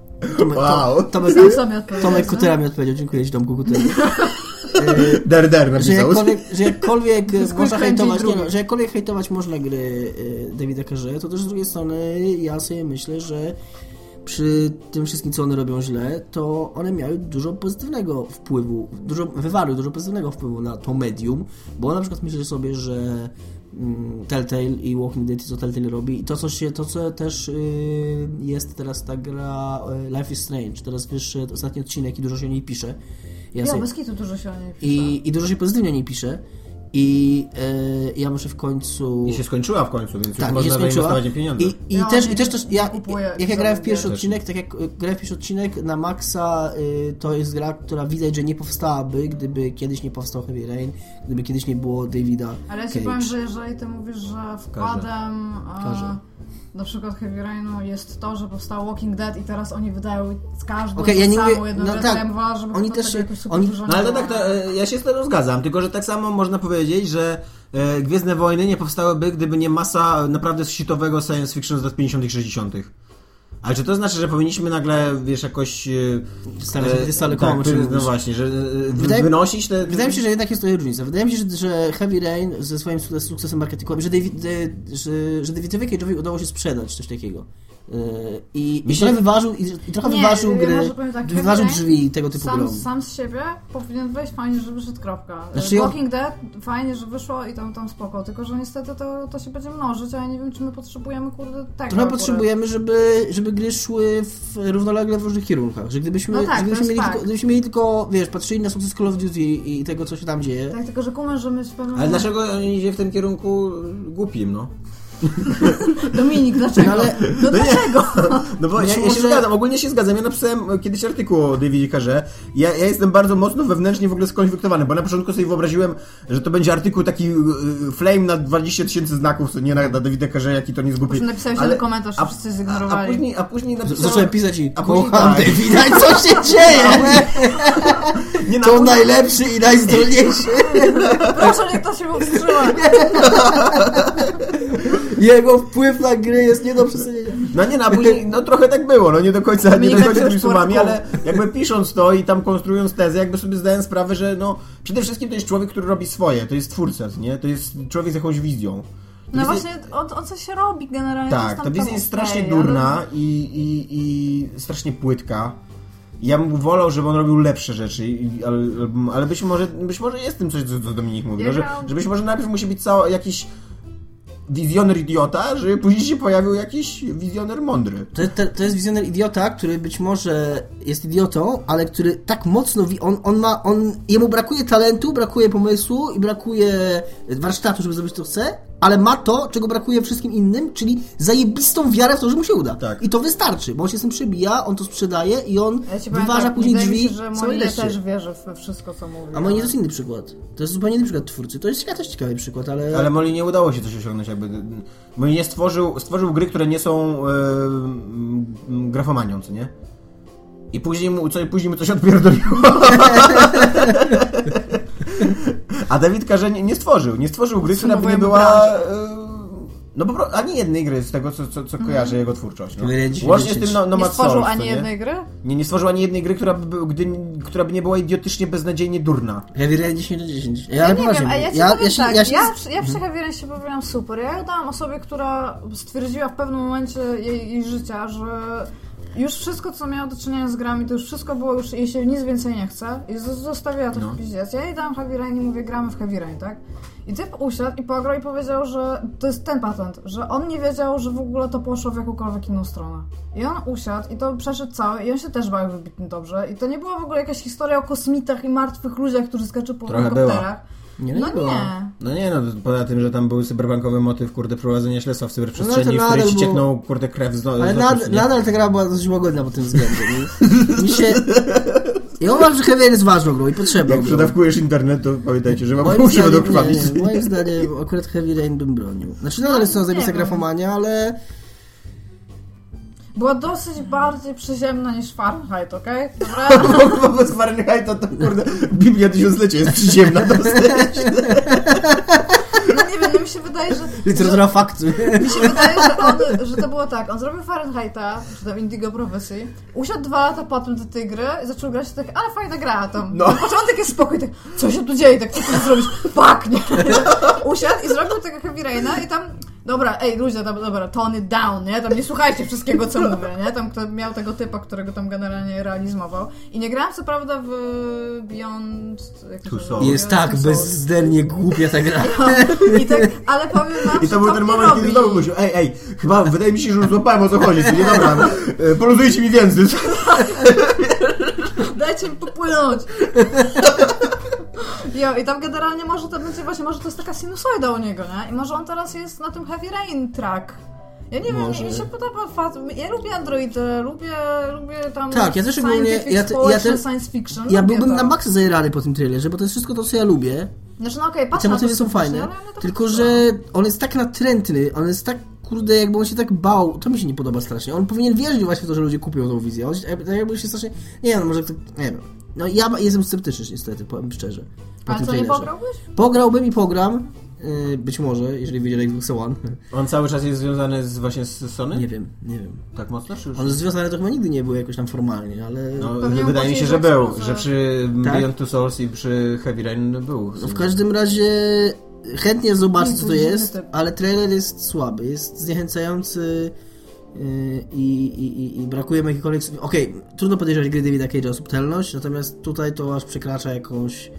Tomek Kutera mi odpowiedział. Dziękuję ci, Tomku Kutera. Napisał. Że jakkolwiek hejtować można gry Davida Carze, to też z drugiej strony ja sobie myślę, że przy tym wszystkim, co one robią źle, to one miały dużo pozytywnego wpływu, wywarły dużo pozytywnego wpływu na to medium, bo na przykład myślę sobie, że Telltale i Walking Dead, co Telltale robi i to co też jest teraz ta gra Life is Strange, teraz wyszedł ostatni odcinek i dużo się o niej pisze. Bez kitu dużo się o niej pisze. I dużo się pozytywnie o niej pisze. I ja muszę w końcu... I się skończyła w końcu, więc tak, już można zainwestować pieniądze. Jak ja grałem w pierwszy odcinek, tak jak grałem w pierwszy odcinek na maksa, to jest gra, która widać, że nie powstałaby, gdyby kiedyś nie powstał Heavy Rain, gdyby kiedyś nie było Davida Ale ja ci powiem, że jeżeli ty mówisz, że wkładem na przykład Heavy Rainu jest to, że powstało Walking Dead i teraz oni wydają każdą samą jedną rzecz, ja bym wolała, żeby oni też jakoś super dużo no ale tak, ja się z tym zgadzam, tylko że tak samo można powiedzieć, że Gwiezdne Wojny nie powstałyby, gdyby nie masa naprawdę shitowego science fiction z lat 50 i 60. Ale czy to znaczy, że powinniśmy nagle, wiesz, jakoś... no właśnie, że wynosić te... Wydaje mi się, że jednak jest to różnica. Wydaje mi się, że Heavy Rain ze swoim sukcesem marketingowym, że Davidowi Cage'owi udało się sprzedać coś takiego. I trochę wyważył gry, wyważył drzwi tego typu grom. Sam z siebie powinien wejść, fajnie, że wyszedł, kropka. Znaczy, Walking Dead, fajnie, że wyszło i tam spoko, tylko że niestety to się będzie mnożyć, a ja nie wiem, czy my potrzebujemy, kurde, tego. Trochę potrzebujemy, żeby gry szły równolegle w różnych kierunkach, że gdybyśmy mieli tylko, wiesz, patrzyli na sukces Call of Duty i tego, co się tam dzieje. Tak, tylko że kumę, że my w pewnym... Ale dlaczego oni idzie w tym kierunku głupim, no? Dominik, dlaczego? Dlaczego? No bo ja się zgadzam, ogólnie się zgadzam. Ja napisałem kiedyś artykuł o Davidzie Cage'ie. Ja jestem bardzo mocno wewnętrznie w ogóle skonfliktowany, bo na początku sobie wyobraziłem, że to będzie artykuł taki flame na 20 000 znaków, nie na Davida Cage'a, jaki to nie jest głupi. Napisałeś jeden komentarz, wszyscy zignorowali. A później napisałem... Zacząłem pisać i kocham Davida i co się dzieje? To najlepszy i najzdolniejszy. Proszę, niech to się powstrzyma. Jego wpływ na gry jest nie do przesunięcia. A później, trochę tak było, nie do końca tymi słowami, ale jakby pisząc to i tam konstruując tezę, jakby sobie zdałem sprawę, że przede wszystkim to jest człowiek, który robi swoje, to jest twórca, nie? To jest człowiek z jakąś wizją. Właśnie o co się robi generalnie. Tak, ta wizja jest strasznie durna i strasznie płytka. Ja bym wolał, żeby on robił lepsze rzeczy, ale być może jest tym coś, co Dominik mówi, że być może najpierw musi być jakiś wizjoner idiota, żeby później się pojawił jakiś wizjoner mądry. To jest wizjoner idiota, który być może jest idiotą, ale który tak mocno jemu brakuje talentu, brakuje pomysłu i brakuje warsztatu, żeby zrobić to chce, ale ma to, czego brakuje wszystkim innym, czyli zajebistą wiarę w to, że mu się uda. Tak. I to wystarczy, bo on się z tym przebija, on to sprzedaje i on wyważa później drzwi. Mi się, że Molinie też wierzy we wszystko, co mówi. A Molinie to jest inny przykład. To jest zupełnie inny przykład twórcy. To jest też ciekawy przykład, ale... Ale Molinie nie udało się coś osiągnąć jakby. Molinie stworzył gry, które nie są grafomanią, co nie? I później mu coś odpierdoliło. A David Cage nie stworzył gry, która by nie była... ani jednej gry z tego, co kojarzy jego twórczość. No. Łącznie z tym Nomad nie stworzył ani jednej gry? Nie stworzył ani jednej gry, która by nie była idiotycznie, beznadziejnie durna. Heavy Rain 10 na 10. Ja nie wiem, ja przy Heavy Rain się powiedziałam super. Ja ją dałam osobie, która stwierdziła w pewnym momencie jej życia, że już wszystko, co miało do czynienia z grami, to już wszystko było, już jej się nic więcej nie chce i zostawiła to w piździec. Ja jej dałam Heavy Rain i mówię, gramy w Heavy Rain, tak? I typ usiadł i pograł i powiedział, że to jest ten patent, że on nie wiedział, że w ogóle to poszło w jakąkolwiek inną stronę. I on usiadł i to przeszedł cały i on się też bawił wybitnie dobrze. I to nie była w ogóle jakaś historia o kosmitach i martwych ludziach, którzy skaczą po helikopterach. Nie. Poza tym, że tam był cyberbankowy motyw, prowadzenia śledztwa w cyberprzestrzeni, w której ci cieknął, krew z ale nadal ta gra była dość łagodna pod tym względem. Ja uważam, że Heavy Rain jest ważną grą i potrzebną. Jak przedawkujesz internet, to pamiętajcie, że musi będą krwawić. Moim zdaniem akurat Heavy Rain bym bronił. Nadal jest to zajebista grafomania, ale... Była dosyć bardziej przyziemna niż Fahrenheit, okej? Dobra? Bo z Fahrenheita to Biblia Tysiąclecia jest przyziemna dosyć. Nie wiem, mi się wydaje, że... Literatura faktu. Mi się wydaje, że to było tak. On zrobił Fahrenheita, czy tam Indigo Prophecy, usiadł 2 lata potem do tej gry i zaczął grać tak, ale fajna gra tam. Na początek jest spokój, tak, co się tu dzieje, tak, co tu zrobić? Fuck, nie? Usiadł i zrobił tego Heavy Raina i tam, dobra, ludzie, dobra, tone it down, nie? Tam nie słuchajcie wszystkiego, co mówię, nie? Tam kto miał tego typa, którego tam generalnie realizował. I nie grałam co prawda w Beyond... Jest tak bezdennie głupia ta gra. I tak, ale powiem wam, i to był ten moment, kiedy znowu mówił, chyba wydaje mi się, że już złapałem, o co chodzi, nie dobra, poluzujcie mi więzy. Dajcie mi popłynąć. I tam generalnie może to będzie właśnie, może to jest taka sinusoida u niego, nie? I może on teraz jest na tym Heavy Rain track. Ja nie wiem, mi się podoba fakt. Ja lubię androidy, lubię tam tak, ja też science fiction. Ja byłbym na maksa zajerany po tym trailerze, bo to jest wszystko to, co ja lubię. Znaczy, no okej, patrz te na motywy są fajne, tylko że on jest tak natrętny, on jest tak, kurde, jakby on się tak bał, to mi się nie podoba strasznie. On powinien wierzyć właśnie w to, że ludzie kupią tą wizję. On jakby się strasznie, nie wiem, może to, nie wiem. No ja jestem sceptyczny niestety, powiem szczerze. A co, nie pograłbyś? Pograłbym i pogram. Być może, jeżeli wyjdzie na Xbox One. On cały czas jest związany właśnie z Sony? Nie wiem. Tak mocno? Czy już? On związany to chyba nigdy nie był jakoś tam formalnie, ale... No, wydaje mi się, że był, że przy Beyond Two Souls i przy Heavy Rain był. No w każdym razie chętnie zobaczę, co to jest, ale trailer jest słaby, jest zniechęcający i brakuje mi jakikolwiek... Okej, trudno podejrzewać gry Davida Cage'a o subtelność, natomiast tutaj to aż przekracza jakąś...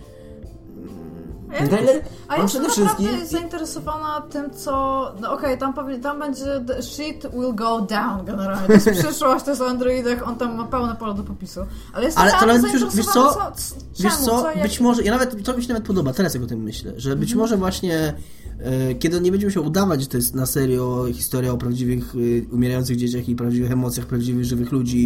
A ja jestem naprawdę zainteresowana tym, co... No okej, tam będzie the shit will go down generalnie. To jest przyszłość, to jest o androidach, on tam ma pełne pole do popisu. Ale jestem zainteresowana, wiesz co? Być może... To mi się nawet podoba, teraz jak o tym myślę, że być może właśnie... Kiedy nie będzie musiał udawać, że to jest na serio historia o prawdziwych umierających dzieciach i prawdziwych emocjach prawdziwych żywych ludzi.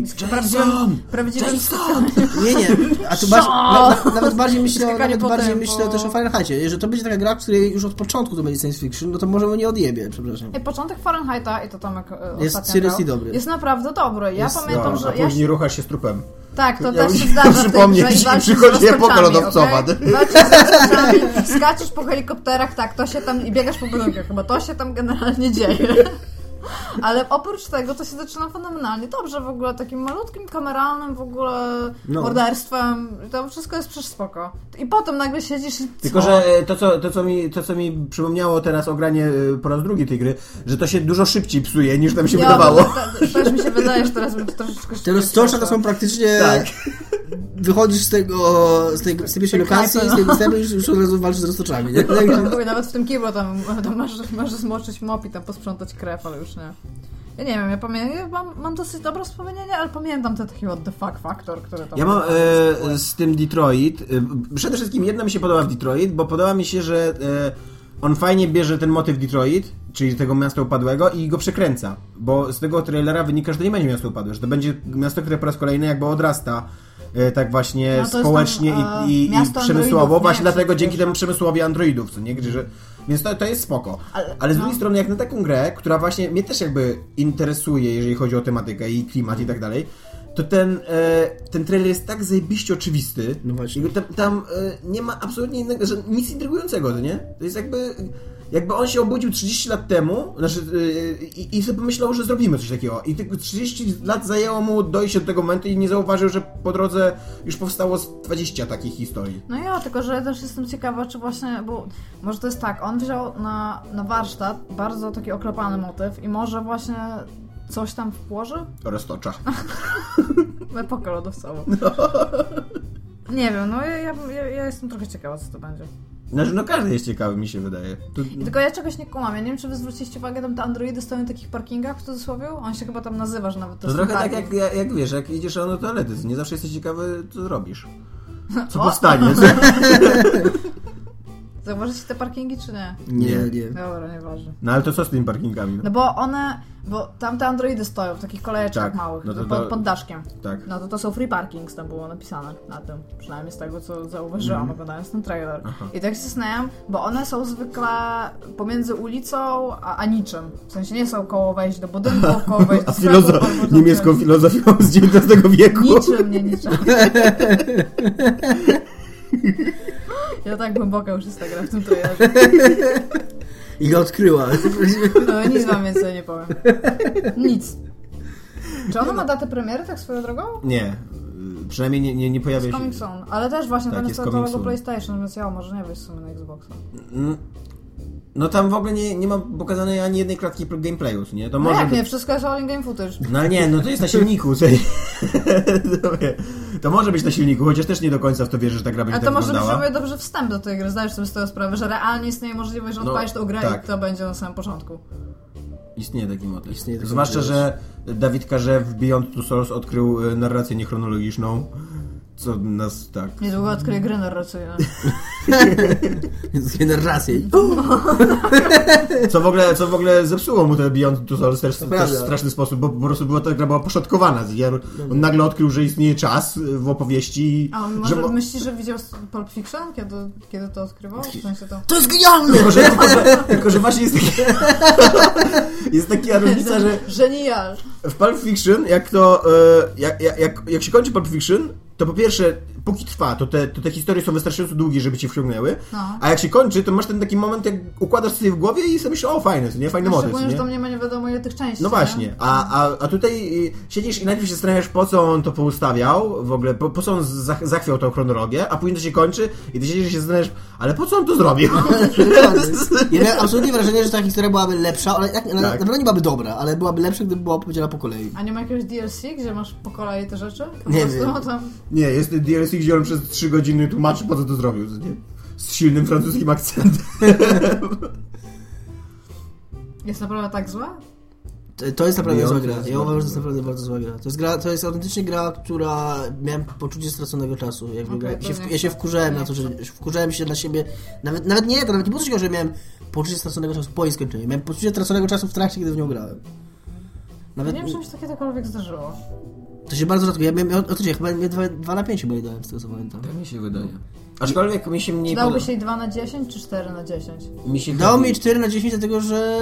Nie. A tu nawet bardziej myślę też o Fahrenheitie. Że to będzie taka gra, w której już od początku to będzie science fiction, no to może mnie nie odjebie, przepraszam. Początek Fahrenheita, i to Tomek jest seriously dobry. Jest naprawdę dobry. Ja pamiętam, że... A później ruchasz się z trupem. Tak, to też się zdarza. Przypomnieć, przychodzi epoka lodowcowa. Skaczesz po helikopterach, tak, to się tam... I biegasz po budynkach, chyba to się tam generalnie dzieje. Ale oprócz tego to się zaczyna fenomenalnie dobrze w ogóle, takim malutkim, kameralnym w ogóle morderstwem. To wszystko jest przecież spoko. I potem nagle siedzisz i... Tylko, że to, co mi przypomniało teraz o granie po raz drugi tej gry, że to się dużo szybciej psuje, niż nam się wydawało. Też mi się wydaje, że teraz bym to troszeczkę... Te roztocze to są praktycznie... Tak. Wychodzisz z tej pierwszej lokacji i z tej występy już od razu walczysz z roztoczami, nie? Nawet w tym kiblu tam masz zmoczyć mop i tam posprzątać krew, ale już nie. Ja nie wiem, mam dosyć dobre wspomnienie, ale pamiętam ten taki what the fuck factor, który tam... Ja mam z tym Detroit, przede wszystkim jedna mi się podoba w Detroit, bo podoba mi się, że on fajnie bierze ten motyw Detroit, czyli tego miasta upadłego i go przekręca, bo z tego trailera wynika, że to nie będzie miasto upadłe, że to będzie miasto, które po raz kolejny jakby odrasta tak właśnie społecznie i przemysłowo, właśnie dlatego dzięki temu przemysłowi androidów, co nie? Więc to jest spoko. Ale z drugiej strony, jak na taką grę, która właśnie mnie też jakby interesuje, jeżeli chodzi o tematykę i klimat i tak dalej, to ten trailer jest tak zajebiście oczywisty. No właśnie. Tam nie ma absolutnie innego, że nic intrygującego, to nie? To jest jakby on się obudził 30 lat temu i sobie pomyślał, że zrobimy coś takiego. I tylko 30 lat zajęło mu dojść do tego momentu i nie zauważył, że po drodze już powstało 20 takich historii. No ja, tylko że ja też jestem ciekawa, czy właśnie, bo może to jest tak, on wziął na warsztat bardzo taki oklepany motyw i może właśnie coś tam włoży? Roztocza. Epokę lodowcową. No. Nie wiem, no ja jestem trochę ciekawa, co to będzie. No każdy jest ciekawy, mi się wydaje. Tylko ja czegoś nie kumam. Ja nie wiem, czy wy zwróciliście uwagę, tam te androidy stoją w takich parkingach w cudzysłowie? On się chyba tam nazywa, że nawet to trochę tak jak wiesz, jak idziesz do toalety, nie zawsze jesteś ciekawy, co zrobisz. Co powstanie. Zauważycie te parkingi, czy nie? Nie. Dobra, nieważne. No ale to co z tymi parkingami? No bo tam te androidy stoją w takich kolejeczkach małych, pod daszkiem. Tak. No to są free parkings, tam było napisane na tym. Przynajmniej z tego, co zauważyłam, oglądając ten trailer. Aha. I tak się zastanawiam, bo one są zwykle pomiędzy ulicą a niczym. W sensie nie są koło wejść do budynku, koło wejść do sklepu. Niemiecką filozofią z XIX wieku. Niczym. Ja tak głęboko już jest ta gra w tym trailerze. I go odkryła. No nic wam więcej nie powiem. Nic. Czy ona ma datę premiery tak swoją drogą? Nie. Przynajmniej nie pojawia się... Coming soon. Ale też właśnie tak, to jest całego PlayStation, więc może nie wyjść w sumie na Xboxa. No tam w ogóle nie ma pokazanej ani jednej klatki gameplayu, nie? To no może jak nie? Wszystko jest all in-game footage. No ale nie, no to jest na silniku. To może być na silniku, chociaż też nie do końca w to wierzę, że ta gra będzie tak wyglądała. A to może być dobrze wstęp do tej gry. Zdajesz sobie z tego sprawę, że realnie istnieje możliwość, że odpalisz tą grę i to będzie na samym początku. Istnieje taki motyw. Zwłaszcza, że Dawid Karze w Beyond Two Souls odkrył narrację niechronologiczną co nas tak... Niedługo odkryję gry narracyjne. Generację. Co w ogóle zepsuło mu te Beyond Two Souls też w straszny sposób, bo po prostu ta gra była poszatkowana. On nagle odkrył, że istnieje czas w opowieści. A on może myśli, że widział Pulp Fiction? Kiedy to odkrywał? W sensie to jest genialne! Tylko, że właśnie jest taka różnica, że... Genial! W Pulp Fiction, jak się kończy Pulp Fiction, to po pierwsze, póki trwa, to te historie są wystarczająco długie, żeby cię wciągnęły, a jak się kończy, to masz ten taki moment, jak układasz sobie w głowie i sobie myślisz, o fajne, nie? Fajny motyw. Szczególnie, że tam nie ma nie wiadomo ile tych części. No właśnie, a tutaj siedzisz i najpierw się zastanawiasz, po co on to poustawiał, w ogóle, po co on zachwiał tą chronologię, a później to się kończy i ty siedzisz i się zastanawiasz, ale po co on to zrobił? Ja miałem absolutnie wrażenie, że ta historia byłaby lepsza, ale na pewno nie byłaby dobra, ale byłaby lepsza, gdyby była opowiedziana po kolei. A nie ma jakiegoś DLC, gdzie masz po kolei te rzeczy? Nie wiem. Nie, jest DLC, gdzie on przez 3 godziny tłumaczy, po co to zrobił, nie? Z silnym francuskim akcentem. Jest naprawdę tak zła? To jest naprawdę zła gra. Ja uważam, że to jest naprawdę bardzo zła gra. To jest autentycznie gra, która miałem poczucie straconego czasu. Ja się wkurzałem na to, że wkurzałem się na siebie. Nawet nie było coś takiego, że miałem poczucie straconego czasu po jej skończeniu. Miałem poczucie straconego czasu w trakcie, kiedy w nią grałem. Nie wiem, czy mi się takiego zdarzyło. To się bardzo rzadko. Ja chyba 2 na 5 chyba dałem, z tego co pamiętam. Tak mi się wydaje. Aczkolwiek mi się mniej Dałby się 2 na 10 czy 4 na 10? Dało mi 4 na 10, dlatego że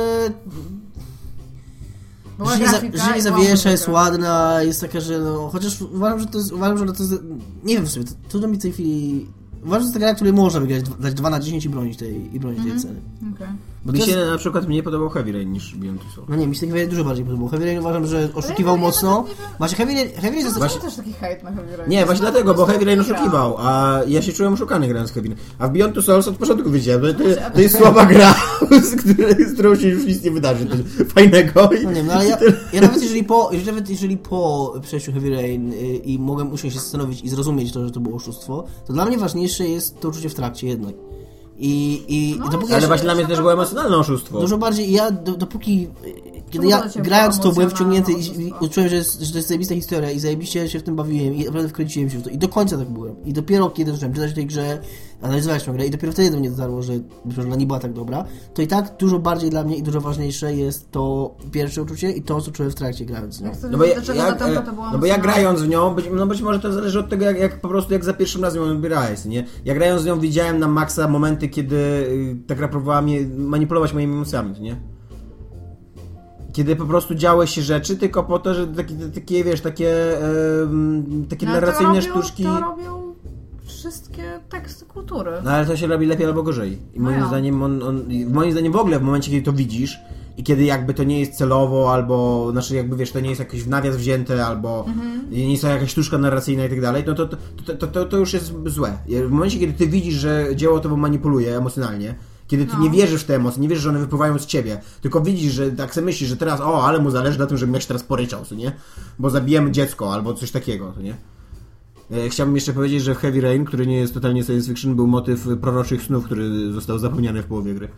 życie zawiesza, jest ładna, jest taka, że no, chociaż uważam, że to jest, nie wiem w sumie, trudno mi w tej chwili, uważam, że to jest taka gra, której można wygrać, dać 2 na 10 i bronić tej ceny. Okay. Bo mi się na przykład mniej podobał Heavy Rain niż Beyond Two Souls. No nie, mi się Heavy dużo bardziej podobał. Heavy Rain uważam, że oszukiwał mocno. Właśnie Heavy Rain jest... Właśnie też taki hejt na Heavy Rain. Nie, właśnie dlatego, bo Heavy Rain oszukiwał, a ja się czułem oszukany grając Heavy Rain. A w Beyond Two Souls od początku wiedziałem, to jest słaba gra, z którą się już nic nie wydarzy. To jest fajnego. No nie, no ale ja nawet jeżeli po przejściu Heavy Rain i mogłem usiąść się zastanowić i zrozumieć to, że to było oszustwo, to dla mnie ważniejsze jest to uczucie w trakcie jednak. Ale właśnie dla mnie też było emocjonalne oszustwo. Dużo bardziej. Ja dopóki... Kiedy ja grając to byłem wciągnięty i uczułem, że to jest zajebista historia i zajebiście się w tym bawiłem i naprawdę wkręciłem się w to. I do końca tak byłem. I dopiero kiedy zacząłem czytać o tej grze, analizować tę grę i dopiero wtedy do mnie dotarło, że ona nie była tak dobra, to i tak dużo bardziej dla mnie i dużo ważniejsze jest to pierwsze uczucie i to, co czułem w trakcie grając z nią. No bo ja grając w nią, być może to zależy od tego, jak po prostu jak za pierwszym razem ją odbierałeś, nie? Ja grając z nią widziałem na maksa momenty, kiedy ta gra próbowała mnie manipulować moimi emocjami, nie? Kiedy po prostu działy się rzeczy tylko po to, że takie wiesz, takie narracyjne sztuczki... To robią wszystkie teksty kultury. No ale to się robi lepiej albo gorzej. I moim zdaniem w ogóle w momencie, kiedy to widzisz i kiedy jakby to nie jest celowo, albo znaczy jakby wiesz, to nie jest jakiś w nawias wzięte, albo nie jest jakaś sztuczka narracyjna i tak dalej, no to już jest złe. W momencie, kiedy ty widzisz, że dzieło tobą manipuluje emocjonalnie, kiedy ty nie wierzysz w te emocje, nie wierzysz, że one wypływają z ciebie, tylko widzisz, że tak sobie myślisz, że teraz ale mu zależy na tym, żebym ja się teraz poryczał, co nie? Bo zabijemy dziecko, albo coś takiego, co nie? Chciałbym jeszcze powiedzieć, że w Heavy Rain, który nie jest totalnie science fiction, był motyw proroczych snów, który został zapomniany w połowie gry.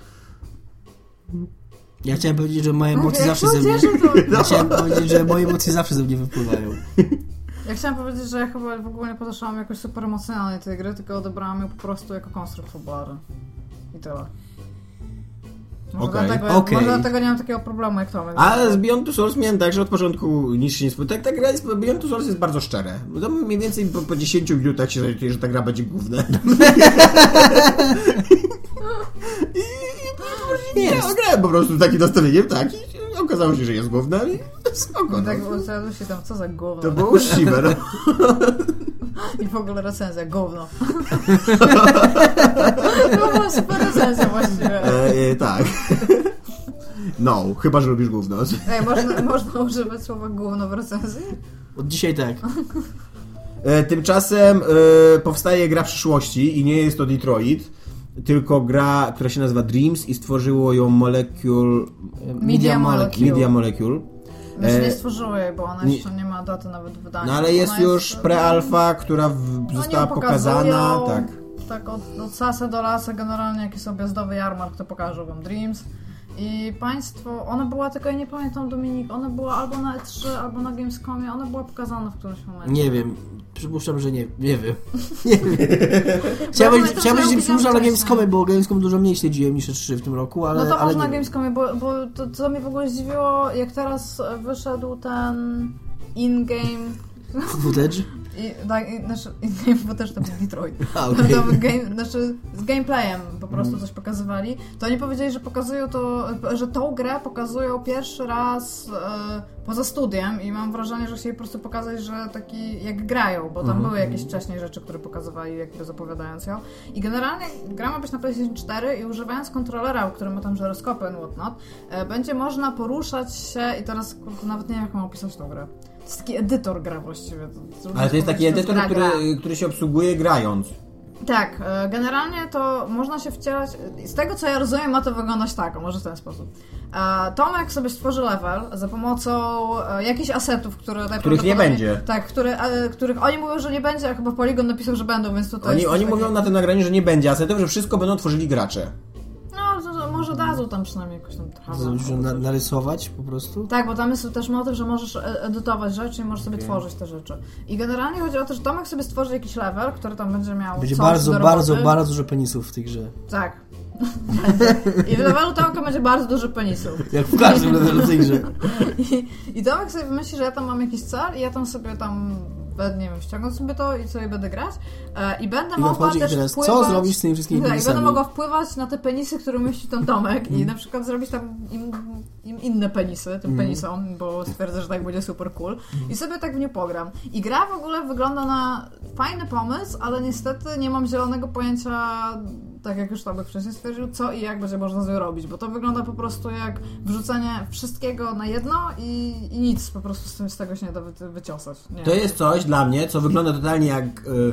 Ja chciałem powiedzieć, że moje emocje zawsze ze mnie... Ja chciałem powiedzieć, że moje emocje zawsze ze mnie wypływają. Ja chciałam powiedzieć, że ja chyba w ogóle nie podeszłam jakoś super emocjonalnie tej gry, tylko odebrałam ją po prostu jako konstrukt fabularny. I tyle. Może dlatego nie mam takiego problemu jak to. Ale z Beyond Two Souls miałem tak, że od początku nic się nie spodziewał. Ta gra Beyond Two Souls jest bardzo szczere. To mniej więcej po 10 minutach się zorientuje, że ta gra będzie gównem. I grałem po prostu takim nastawieniem, tak, i okazało się, że jest gównem i spoko. Tak, bo się tam, co za gówno. To był Shiver. I w ogóle recenzja, gówno. To była super recenzja właściwie. Tak. No, chyba, że lubisz gówno. Można używać słowa gówno w recenzji? Od dzisiaj tak. Tymczasem powstaje gra przyszłości i nie jest to Detroit, tylko gra, która się nazywa Dreams i stworzyło ją Media Molecule. Znaczy nie stworzyło jej, bo ona jeszcze nie ma daty nawet wydania. No ale jest już pre-alpha, która została pokazana. Tak od sasa do lasa generalnie jakiś objazdowy jarmark, to pokażą wam Dreams. I państwo, ona była, tylko ja nie pamiętam, Dominik, ona była albo na E3, albo na Gamescomie, ona była pokazana w którymś momencie. Nie wiem, przypuszczam, że nie wiem. Chciałbym powiedzieć, że przypuszczam na Gamescomie, bo Gamescom dużo mniej śledziłem niż E3 w tym roku, ale... No to ale może na Gamescomie, bo to, co mnie w ogóle zdziwiło, jak teraz wyszedł ten in-game... Footage? Znaczy, in-game footage to był Detroit. Z gameplayem po prostu coś pokazywali. To oni powiedzieli, że pokazują to, że tą grę pokazują pierwszy raz poza studiem i mam wrażenie, że chcieli po prostu pokazać, że taki jak grają, bo tam były jakieś wcześniej rzeczy, które pokazywali jakby zapowiadając ją. I generalnie gra ma być na PlayStation 4 i używając kontrolera, który ma tam żyroskopy and whatnot, będzie można poruszać się i teraz nawet nie wiem, jak mam opisać tą grę. To jest taki edytor gra właściwie. Ale to jest taki edytor, który się obsługuje grając. Tak, generalnie to można się wcielać, z tego co ja rozumiem ma to wyglądać tak, może w ten sposób. Tomek sobie stworzy level za pomocą jakichś asetów, których nie będzie. Tak, których oni mówią, że nie będzie, a chyba Polygon napisał, że będą, więc tutaj... Oni mówią na tym nagraniu, że nie będzie asetów, że wszystko będą tworzyli gracze. No, może dadzą tam przynajmniej jakoś tam trawę. Narysować po prostu? Tak, bo tam jest też motyw, że możesz edytować rzeczy i możesz sobie tworzyć te rzeczy. I generalnie chodzi o to, że Tomek sobie stworzy jakiś level, który tam będzie miał będzie coś bardzo dużo penisów w tej grze. Tak. I w levelu Tomka będzie bardzo dużo penisów. Jak w każdym levelu w tej grze. I Tomek sobie myśli, że ja tam mam jakiś cel i ja tam sobie nie wiem, ściągam sobie to i sobie będę grać i będę mogła też teraz, wpływać... Co zrobisz z tymi wszystkimi penisami? I będę mogła wpływać na te penisy, które myśli ten Tomek i na przykład zrobić tam im inne penisy, tym penisom, bo stwierdzę, że tak będzie super cool i sobie tak w nie pogram. I gra w ogóle wygląda na fajny pomysł, ale niestety nie mam zielonego pojęcia, tak jak już Tomek wcześniej stwierdził, co i jak będzie można z nią robić, bo to wygląda po prostu jak wrzucenie wszystkiego na jedno i nic po prostu z tego się nie da wyciosać. Nie. To jest coś dla mnie, co wygląda totalnie jak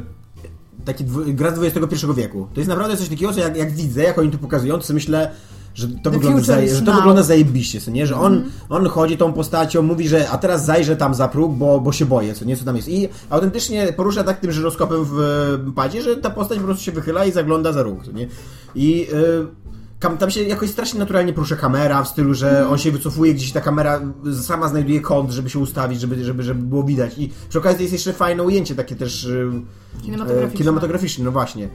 taki gra z XXI wieku. To jest naprawdę coś takiego, co jak widzę, jak oni to pokazują, to sobie myślę, że to wygląda zajebiście, co nie? Że on chodzi tą postacią, mówi, że a teraz zajrzę tam za próg, bo się boję, co nie? Co tam jest. I autentycznie porusza tak tym żyroskopem w padzie, że ta postać po prostu się wychyla i zagląda za róg, co nie? I tam się jakoś strasznie naturalnie porusza kamera, w stylu, że on się wycofuje, gdzieś ta kamera sama znajduje kąt, żeby się ustawić, żeby było widać. I przy okazji jest jeszcze fajne ujęcie, takie też kinematograficzne, no właśnie.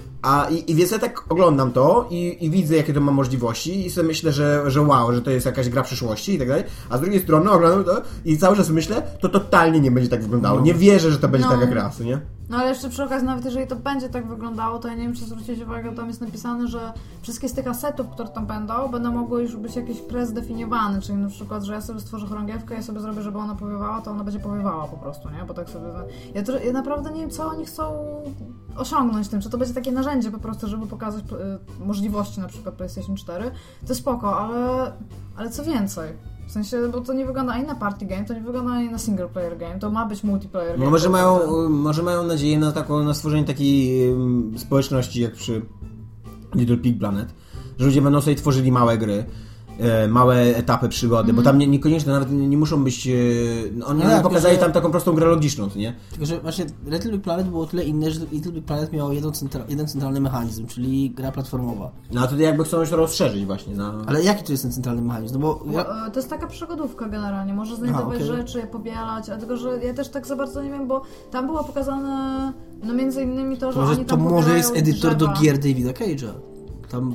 I więc ja tak oglądam to i widzę, jakie to ma możliwości i sobie myślę, że wow, że to jest jakaś gra przyszłości i tak dalej, a z drugiej strony oglądam to i cały czas myślę, to totalnie nie będzie tak wyglądało. Nie wierzę, że to będzie taka gra, nie? No ale jeszcze przy okazji, nawet jeżeli to będzie tak wyglądało, to ja nie wiem, czy zwrócić uwagę, tam jest napisane, że wszystkie z tych asetów, które tam będą mogły już być jakieś prezdefiniowane, czyli na przykład, że ja sobie stworzę chorągiewkę, ja sobie zrobię, żeby ona powiewała, to ona będzie powiewała po prostu, nie? Bo tak sobie... Ja naprawdę nie wiem, co oni chcą osiągnąć tym, czy to będzie takie narzędzie po prostu, żeby pokazać możliwości na przykład PlayStation 4, to spoko, ale co więcej? W sensie, bo to nie wygląda ani na party game, to nie wygląda ani na single player game, to ma być multiplayer game. Może mają nadzieję na stworzenie takiej społeczności jak przy Little Big Planet, że ludzie będą sobie tworzyli małe gry, małe etapy przygody, bo tam niekoniecznie nawet nie muszą być... Oni pokazali tam taką prostą grę logiczną, nie? Tylko, że właśnie Little Big Planet było tyle inne, że Little Big Planet miał jeden centralny mechanizm, czyli gra platformowa. No a tutaj jakby chcą to rozszerzyć właśnie. Ale jaki to jest ten centralny mechanizm? No bo to jest taka przygodówka generalnie, możesz znajdować rzeczy, je pobielać, dlatego że ja też tak za bardzo nie wiem, bo tam było pokazane między innymi to, że oni tam to może jest edytor do gier Davida Cage'a. Tam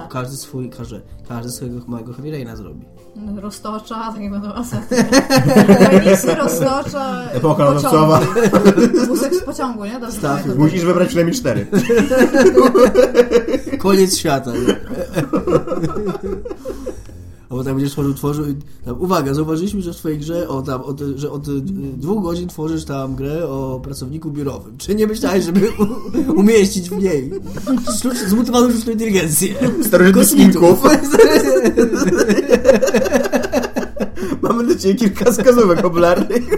każdy swojego małego Heavy Raina zrobi. Roztocza, takie będą asety. Penisy, roztocza, epoka lodowcowa. Wózek z pociągu, nie? Musisz wybrać przynajmniej 4. Koniec świata. Bo tak będziesz tworzył... Uwaga, zauważyliśmy, że w twojej grze że od 2 godzin tworzysz tam grę o pracowniku biurowym. Czy nie myślałeś, żeby umieścić w niej zmutowaną sztuczną inteligencję? Starożytnych skinków. Mamy dla ciebie kilka wskazówek popularnych.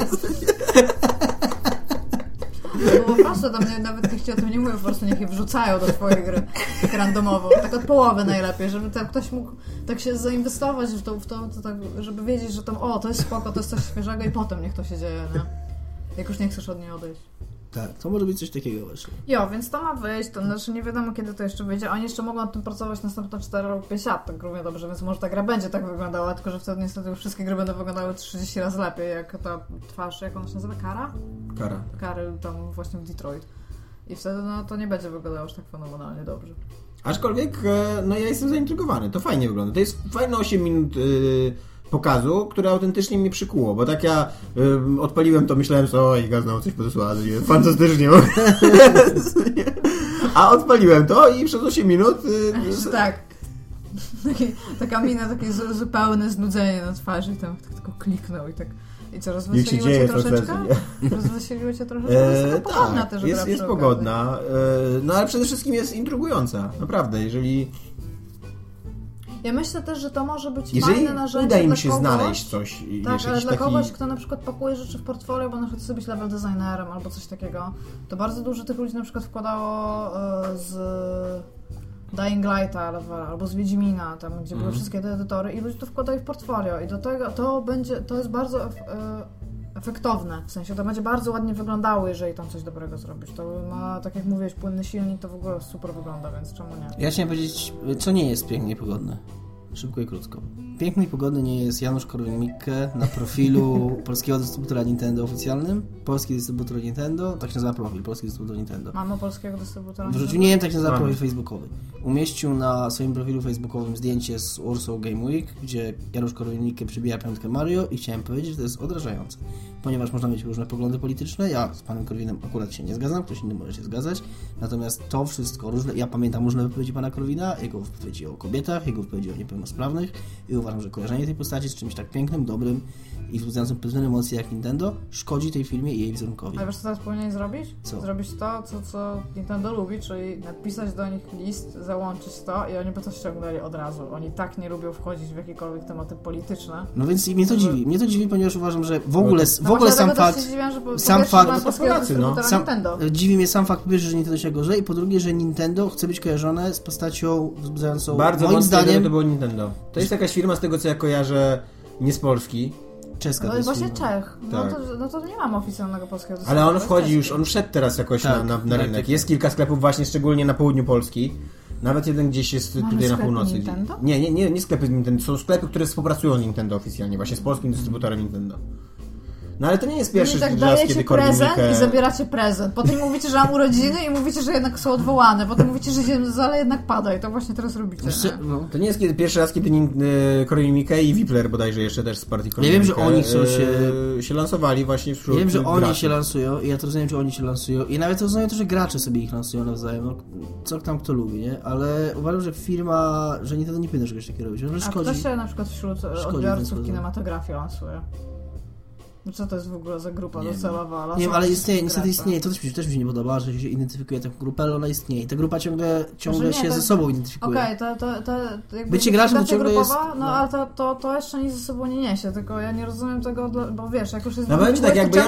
Bo po prostu tam nawet niech ci o tym nie mówią, po prostu niech je wrzucają do twojej gry tak randomowo, tak od połowy najlepiej, żeby tam ktoś mógł tak się zainwestować w to tak, żeby wiedzieć, że tam to jest spoko, to jest coś świeżego i potem niech to się dzieje, nie? Jak już nie chcesz od niej odejść. Tak, to może być coś takiego właśnie. Jo, więc to ma wyjść, to znaczy nie wiadomo kiedy to jeszcze wyjdzie. Oni jeszcze mogą nad tym pracować następne 4 lub 5 lat, tak równie dobrze, więc może ta gra będzie tak wyglądała, tylko że wtedy niestety już wszystkie gry będą wyglądały 30 razy lepiej, jak ta twarz, jak ona się nazywa? Kary tam właśnie w Detroit. I wtedy no to nie będzie wyglądało już tak fenomenalnie dobrze. Aczkolwiek, no ja jestem zaintrygowany, to fajnie wygląda. To jest fajne 8 minut pokazu, które autentycznie mnie przykuło, bo tak ja odpaliłem to, myślałem sobie, oj, Iga znowu coś podesłała, fantastycznie. A odpaliłem to i przez 8 minut... Tak. Taka mina, takie zupełne znudzenie na twarzy i tam tak tylko kliknął i tak... I co, rozweseliło cię troszeczkę? Rozweseliło cię troszeczkę? Jest taka pogodna też gra. Jest pogodna, no ale przede wszystkim jest intrygująca, naprawdę, jeżeli... Ja myślę też, że to może być fajne narzędzie. Uda im się znaleźć coś. Tak, ale dla kogoś, kto na przykład pakuje rzeczy w portfolio, bo na przykład chce być level designerem albo coś takiego, to bardzo dużo tych ludzi na przykład wkładało z Dying Lighta albo z Wiedźmina, tam gdzie były wszystkie te edytory i ludzie to wkładają w portfolio i do tego to jest bardzo efektowne, w sensie to będzie bardzo ładnie wyglądało, jeżeli tam coś dobrego zrobić. To ma, tak jak mówiłeś, płynny silnik, to w ogóle super wygląda, więc czemu nie? Ja chciałem powiedzieć, co nie jest pięknie i pogodne. Szybko i krótko. Piękny i pogodny nie jest Janusz Korwin-Mikke na profilu polskiego dystrybutora Nintendo oficjalnym. Polski dystrybutor Nintendo, tak się nazywa profil, polski dystrybutor Nintendo. Mamy polskiego dystrybutora? Wrzucił, nie wiem, tak się nazywa profil facebookowy. Umieścił na swoim profilu facebookowym zdjęcie z Ursą Game Week, gdzie Janusz Korwin-Mikke przybija piątkę Mario i chciałem powiedzieć, że to jest odrażające. Ponieważ można mieć różne poglądy polityczne, ja z panem Korwinem akurat się nie zgadzam, ktoś inny może się zgadzać, natomiast to wszystko, ja pamiętam różne wypowiedzi pana Korwina, jego wypowiedzi o kobietach, jego wypowiedzi o niepełnosprawnych i uważam, że kojarzenie tej postaci z czymś tak pięknym, dobrym i wzbudzającym pewne emocje jak Nintendo szkodzi tej firmie i jej wizerunkowi. Ale wiesz co teraz powinien zrobić? Co? Zrobić to, co Nintendo lubi, czyli napisać do nich list, załączyć to i oni by to ściągnęli od razu. Oni tak nie lubią wchodzić w jakiekolwiek tematy polityczne. No więc mnie to dziwi. Mnie to dziwi, ponieważ uważam, że w ogóle sam fakt... Dziwi mnie sam fakt, po pierwsze, że Nintendo się gorzej i po drugie, że Nintendo chce być kojarzone z postacią wzbudzającą, bardzo moim zdaniem, to było Nintendo. To jest jakaś firma, z tego co ja kojarzę, nie z Polski. Czeska. No to jest właśnie firma. Czech. Tak. No to nie mamy oficjalnego polskiego. Ale on wchodzi już, on wszedł teraz jakoś na rynek. Jest kilka sklepów właśnie, szczególnie na południu Polski. Nawet jeden gdzieś jest tutaj na północy. Nintendo? Nie sklepy Nintendo. Są sklepy, które współpracują z Nintendo oficjalnie, właśnie z polskim dystrybutorem Nintendo. No ale to nie jest pierwszy tak raz, kiedy prezent i zabieracie prezent. Potem mówicie, że mam urodziny i mówicie, że jednak są odwołane. Potem mówicie, że się ale jednak pada i to właśnie teraz robicie. No. To nie jest pierwszy raz, kiedy Korwin-Mikke i Wipler bodajże jeszcze też z partii Korwin-Mikke. Ja wiem, że oni chcą się lansowali właśnie wśród Ja wiem, że graczy. oni się lansują i ja to rozumiem, że oni się lansują i nawet rozumiem to, że gracze sobie ich lansują nawzajem. No, co tam kto lubi, nie? Ale uważam, że że Nintendo nie powinno czegoś takiego robić. A kto się na przykład wśród odbiorców kinematografii lansuje? No co to jest w ogóle za grupa docelowa? Nie wiem, ale niestety istnieje. To też mi się nie podoba, że się identyfikuje taką grupę, ale ona istnieje. I ta grupa ciągle się ze sobą identyfikuje. Okej, to jakby bycie graczem to ciągle grupowa, jest... No ale to jeszcze nic ze sobą nie niesie, tylko ja nie rozumiem tego, bo wiesz, jak już jest... No będzie tak, jakby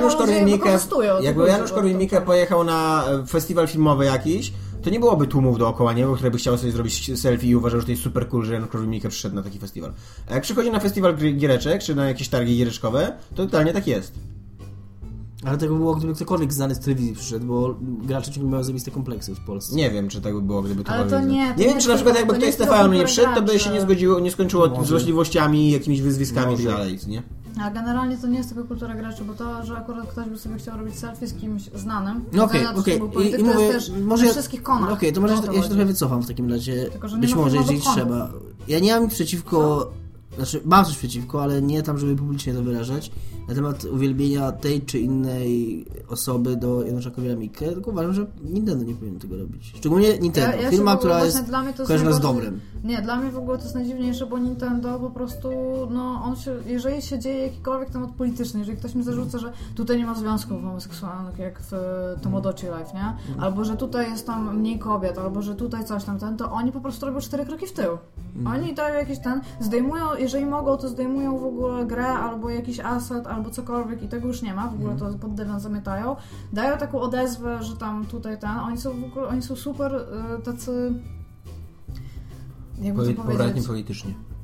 Janusz Korwin-Mikke pojechał na festiwal filmowy jakiś, to nie byłoby tłumów dookoła niego, które by chciały sobie zrobić selfie i uważał, że to jest super cool, że Janusz Korwin-Mikke przyszedł na taki festiwal. A jak przychodzi na festiwal giereczek, czy na jakieś targi giereczkowe, to totalnie tak jest. Ale tego było, gdyby ktokolwiek znany z telewizji przyszedł, bo gracze ciągle mają zajebiste kompleksy w Polsce. Nie wiem, czy tak by było, gdyby to ale to nie wiem, czy na przykład jakby ktoś z TVN nie wszedł, to by się nie skończyło złośliwościami, jakimiś wyzwiskami i tak dalej, nie? A generalnie to nie jest tylko kultura graczy, bo to, że akurat ktoś by sobie chciał robić selfie z kimś znanym, no okej. I mówię, to jest też może na wszystkich konach. Okej, to może ja się trochę wycofam w takim razie. Tylko, być może, jeżeli trzeba. Ja nie mam nic przeciwko... Znaczy, mam coś przeciwko, ale nie tam, żeby publicznie to wyrażać, na temat uwielbienia tej czy innej osoby do Janusza Korwina-Mikke, tylko uważam, że Nintendo nie powinien tego robić. Szczególnie Nintendo, firma, która jest kojarzona z dobrem. Nie, dla mnie w ogóle to jest najdziwniejsze, bo Nintendo po prostu, no jeżeli się dzieje jakikolwiek temat polityczny, jeżeli ktoś mi zarzuca, że tutaj nie ma związków homoseksualnych, jak w Tomodachi Life, nie? Albo, że tutaj jest tam mniej kobiet, albo, że tutaj coś tam, to oni po prostu robią 4 kroki w tył. Oni dają jakiś zdejmują, jeżeli mogą, to zdejmują w ogóle grę, albo jakiś asset, albo cokolwiek i tego już nie ma, w ogóle to pod dywan zamiatają. Dają taką odezwę, że tam tutaj oni są super tacy... Poprawni politycznie.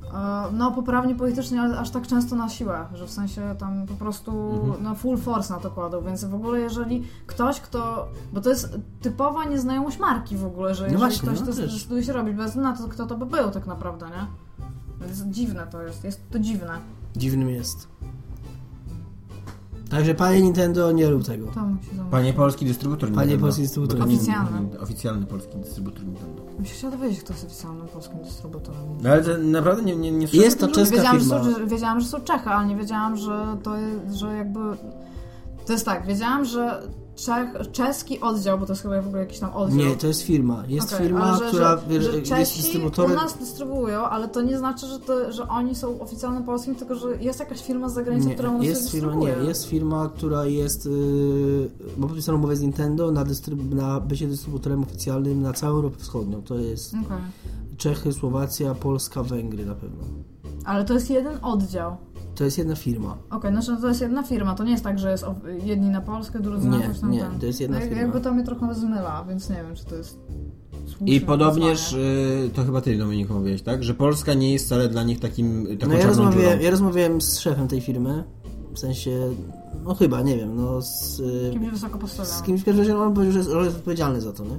No, poprawnie politycznie, ale aż tak często na siłę, że w sensie tam po prostu full force na to kładą, więc w ogóle jeżeli ktoś, bo to jest typowa nieznajomość marki w ogóle, że jeżeli ktoś to zdecyduje się robić, bez względu na to, kto to by był tak naprawdę, nie? Więc dziwne to jest to dziwne. Dziwnym jest. Także panie Nintendo, nie rób tego. Panie polski dystrybutor Nintendo. Panie polski dystrybutor Nintendo. Oficjalny polski dystrybutor Nintendo. Bym się chciała dowiedzieć, kto jest oficjalnym polskim dystrybutorem. No ale to naprawdę nie jest to czeska firma. Wiedziałam, że są Czechy, ale nie wiedziałam, że to jest, że jakby... To jest tak, wiedziałam, że czeski oddział, bo to jest chyba w ogóle jakiś tam oddział. Nie, to jest firma. Jest firma, która jest dystrybutorem. U nas dystrybuują, ale to nie znaczy, że oni są oficjalnym polskim, tylko że jest jakaś firma z zagranicy, która u nas dystrybuuje. Jest firma, która jest ma podpisaną umowę z Nintendo na bycie dystrybutorem oficjalnym na całą Europę Wschodnią. To jest Czechy, Słowacja, Polska, Węgry na pewno. Ale to jest jeden oddział. To jest jedna firma. Znaczy to jest jedna firma. To nie jest tak, że jest jedni na Polskę, drudzy na coś tam. Nie, to jest jedna firma. Jakby to mnie trochę zmyla, więc nie wiem, czy to jest słuszne. I podobnież, to chyba ty, Dominiku, mówiłeś, tak? Że Polska nie jest wcale dla nich taką ja rozmawiałem z szefem tej firmy, w sensie, chyba, nie wiem, z kimś wysoko postawionym. Z kimś, w każdym razie on powiedział, że jest odpowiedzialny za to, nie?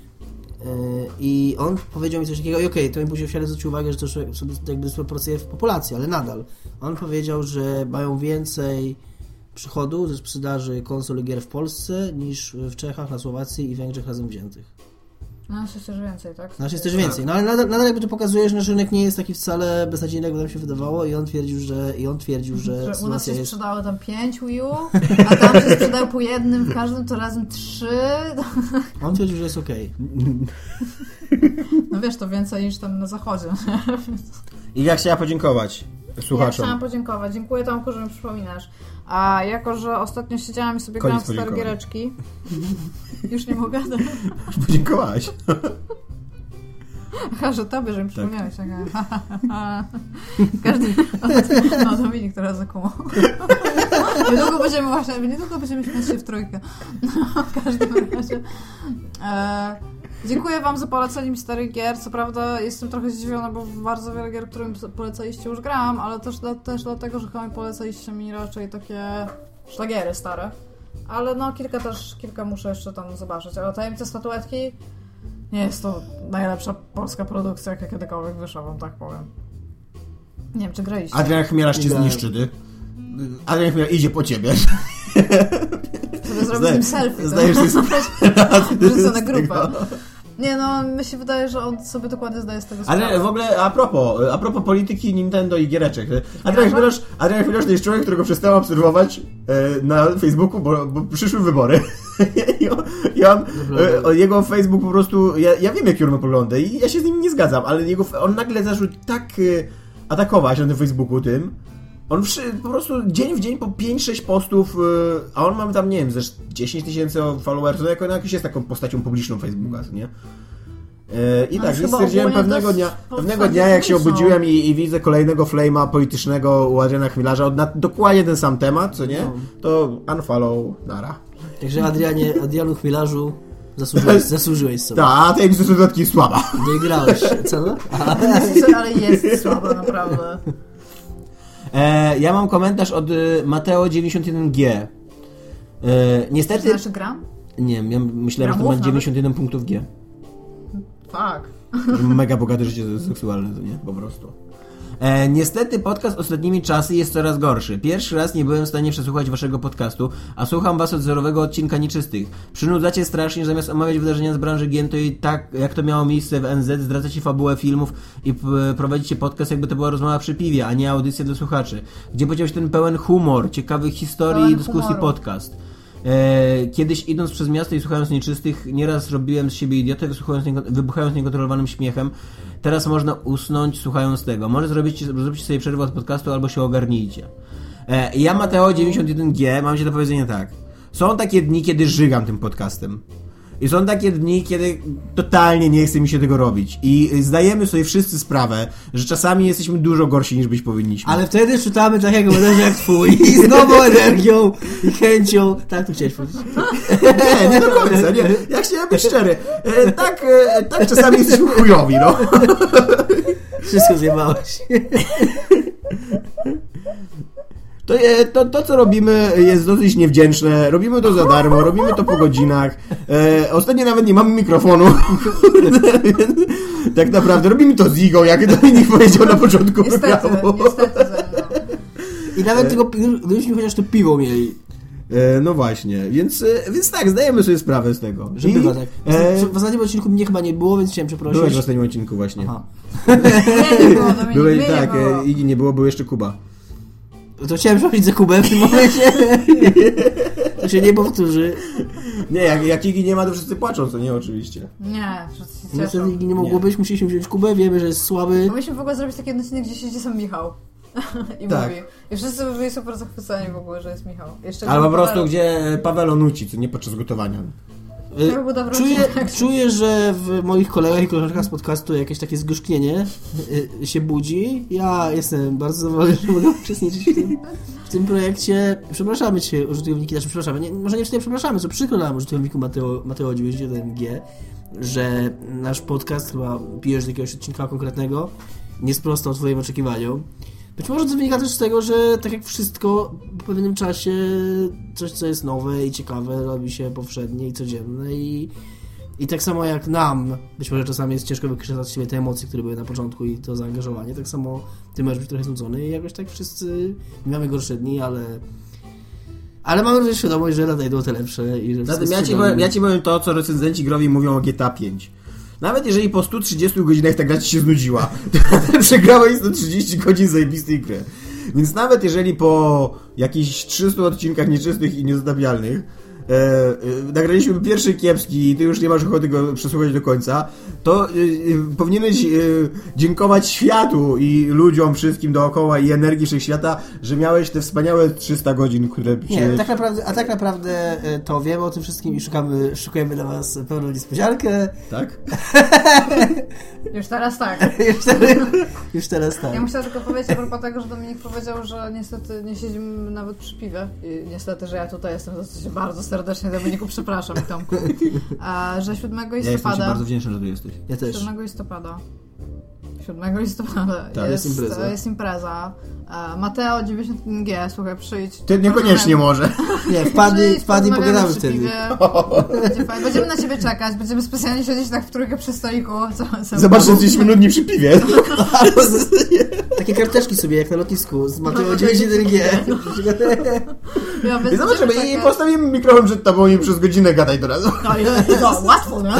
I on powiedział mi coś takiego, to mi później zwrócić uwagę, że to jakby pracuje w populacji, ale nadal. On powiedział, że mają więcej przychodu ze sprzedaży konsol i gier w Polsce niż w Czechach, na Słowacji i Węgrzech razem wziętych. Nas jest też więcej, tak? Nas jest też więcej, no ale nadal jakby to pokazuje, że nasz rynek nie jest taki wcale beznadziejny, jakby nam się wydawało i on twierdził, że u nas się sprzedało tam 5 Wii U, a tam się sprzedało po jednym w każdym, to razem 3. On twierdził, że jest okej. No wiesz, to więcej niż tam na zachodzie. I ja chciałam podziękować słuchaczom. Ja chciałam podziękować. Dziękuję Tomku, że mi przypominasz. A jako, że ostatnio siedziałam i sobie grałam w stare giereczki, już nie mogę. Już podziękowałaś. Aha, że tobie, że mi przypomniałeś. Każdy... No, Dominik teraz zakumał. Niedługo będziemy śmiać się w trójkę. W każdym razie... Dziękuję wam za polecenie mi starych gier. Co prawda jestem trochę zdziwiona, bo bardzo wiele gier, które mi polecaliście, już grałam, ale też dlatego, że chyba polecaliście mi raczej takie szlagiery stare. Ale kilka muszę jeszcze tam zobaczyć. Ale Tajemnice Statuetki nie jest to najlepsza polska produkcja, jaka kiedykolwiek wyszła, wam tak powiem. Nie wiem, czy graliście. Adrian Chmielarz cię zniszczy, ty. Adrian Chmielarz idzie po ciebie. Sobie zrobię z nim selfie. Zdajesz sobie wrzucę na grupę. Nie mi się wydaje, że on sobie dokładnie zdaje z tego sprawę. Ale w ogóle a propos polityki Nintendo i giereczek. Adrian Chmielarz to jest człowiek, którego przestałem obserwować na Facebooku, bo przyszły wybory. Jego Facebook po prostu, ja wiem jak ma poglądy i ja się z nim nie zgadzam, ale on nagle zaczął tak atakować na tym Facebooku tym. On po prostu dzień w dzień po 5-6 postów, a on ma tam, nie wiem, ze 10 000 followersów, jakoś jest taką postacią publiczną Facebooka, nie? I tak, i stwierdziłem pewnego dnia, jak się obudziłem i widzę kolejnego flame'a politycznego u Adriana Chmielarza na dokładnie ten sam temat, co nie? To unfollow, nara. Także Adrianu Chmielarzu zasłużyłeś sobie. Tak, a Tajemnice Statuetki słaba. Doigrałeś, co no? Ale jest słaba, naprawdę. Ja mam komentarz od Mateo91G. Niestety... To znaczy gram? Nie, ja myślałem, że to ma 91 punktów G. Tak. Mega bogate życie seksualne, to nie? Po prostu. Niestety podcast ostatnimi czasy jest coraz gorszy. Pierwszy raz nie byłem w stanie przesłuchać waszego podcastu, a słucham was od zerowego odcinka Nieczystych. Przynudzacie strasznie, zamiast omawiać wydarzenia z branży gier, to i tak, jak to miało miejsce w NZ, zdradzacie fabułę filmów i prowadzicie podcast, jakby to była rozmowa przy piwie, a nie audycja dla słuchaczy. Gdzie podział się ten pełen humor, ciekawych historii i dyskusji podcast. Kiedyś idąc przez miasto i słuchając Nieczystych, nieraz robiłem z siebie idiotę, wybuchając niekontrolowanym śmiechem. Teraz można usnąć słuchając tego. Może zrobić sobie przerwę od podcastu albo się ogarnijcie. Ja, Mateo91G, mam się do powiedzenia tak. Są takie dni, kiedy żygam tym podcastem. I są takie dni, kiedy totalnie nie chce mi się tego robić. I zdajemy sobie wszyscy sprawę, że czasami jesteśmy dużo gorsi niż być powinniśmy. Ale wtedy czytamy takiego menerza jak twój i z nową energią i chęcią. Tak tu chciałeś powiedzieć. Nie do końca, nie. Ja chciałem być szczery. Tak czasami jesteśmy chujowi, no. Wszystko zjebałeś. To, co robimy, jest dosyć niewdzięczne. Robimy to za darmo, robimy to po godzinach. Ostatnio nawet nie mamy mikrofonu. Tak naprawdę robimy to z Igą, jak Dominik powiedział na początku programu. Niestety ze mną. I nawet tego, gdybyśmy chociaż to piwo mieli. No właśnie, więc tak, zdajemy sobie sprawę z tego. Że bywa tak. W ostatnim odcinku mnie chyba nie było, więc chciałem przeprosić. Byłeś w ostatnim odcinku właśnie. Aha. Nie było, Dominik, Byłeś, nie tak, było. Igi nie było, był jeszcze Kuba. To chciałem przeprosić za Kubę w tym momencie. To się nie powtórzy. Nie, jak Igi nie ma, to wszyscy płaczą, co nie? Oczywiście. Nie, wszyscy się cieszą. Niestety Igi nie mogło być, musieliśmy wziąć Kubę, wiemy, że jest słaby. Mogliśmy w ogóle zrobić taki odcinek, gdzie siedzi sam Michał. I Tak. mówi. I wszyscy by byli super zachwyceni w ogóle, że jest Michał. Jeszcze Albo po prostu, gdzie Pawelo nuci, co nie podczas gotowania. To był dobry Czuję, że w moich kolegach i koleżankach z podcastu jakieś takie zgorzknienie się budzi. Ja jestem bardzo zadowolony, że mogę uczestniczyć w tym projekcie. Przepraszamy Cię, użytkowniki, może nie przepraszamy, co przykro nam użytkowniku Mateo 91G, że nasz podcast, chyba pijesz do jakiegoś odcinka konkretnego, nie sprostał Twoim oczekiwaniom. Być może to wynika też z tego, że tak jak wszystko, po pewnym czasie coś, co jest nowe i ciekawe, robi się powszednie i codzienne i tak samo jak nam, być może czasami jest ciężko wykrzesać z siebie te emocje, które były na początku i to zaangażowanie, tak samo Ty możesz być trochę znudzony i jakoś tak wszyscy mamy gorsze dni, ale mamy również świadomość, że nadejdą te lepsze i że Zatem ja ci powiem to, co recenzenci growi mówią o GTA 5. Nawet jeżeli po 130 godzinach ta gra ci się znudziła, to przegrałeś 130 godzin zajebistej gry. Więc nawet jeżeli po jakichś 300 odcinkach nieczystych i niezatapialnych nagraliśmy pierwszy kiepski i ty już nie masz ochoty go przesłuchać do końca, to powinieneś dziękować światu i ludziom wszystkim dookoła i energii wszechświata, że miałeś te wspaniałe 300 godzin, które Nie, tak naprawdę to wiemy o tym wszystkim i szukujemy dla was pełną niespodziankę. Tak? Już teraz tak. Już teraz tak. Ja musiałam tylko powiedzieć a propos tego, że Dominik powiedział, że niestety nie siedzimy nawet przy piwie. I niestety, że ja tutaj jestem, za co się bardzo serdecznie Dominiku przepraszam i Tomku. Że 7 listopada... Ja jestem ci bardzo wdzięczny, że tu jesteś. Ja też. 7 listopada Tak, jest impreza. Mateo 90G, słuchaj, przyjdź. Ty niekoniecznie może. Nie, wpadnij pogadamy wtedy. Będziemy na ciebie czekać, będziemy specjalnie siedzieć tak w trójkę przy stoliku. Zobacz, że jesteśmy nudni przy piwie. Takie karteczki sobie, jak na lotnisku, z Mateo 91G. I zobaczymy, i postawimy mikrofon przed tobą i przez godzinę gadaj do razu. No, łatwo, nie?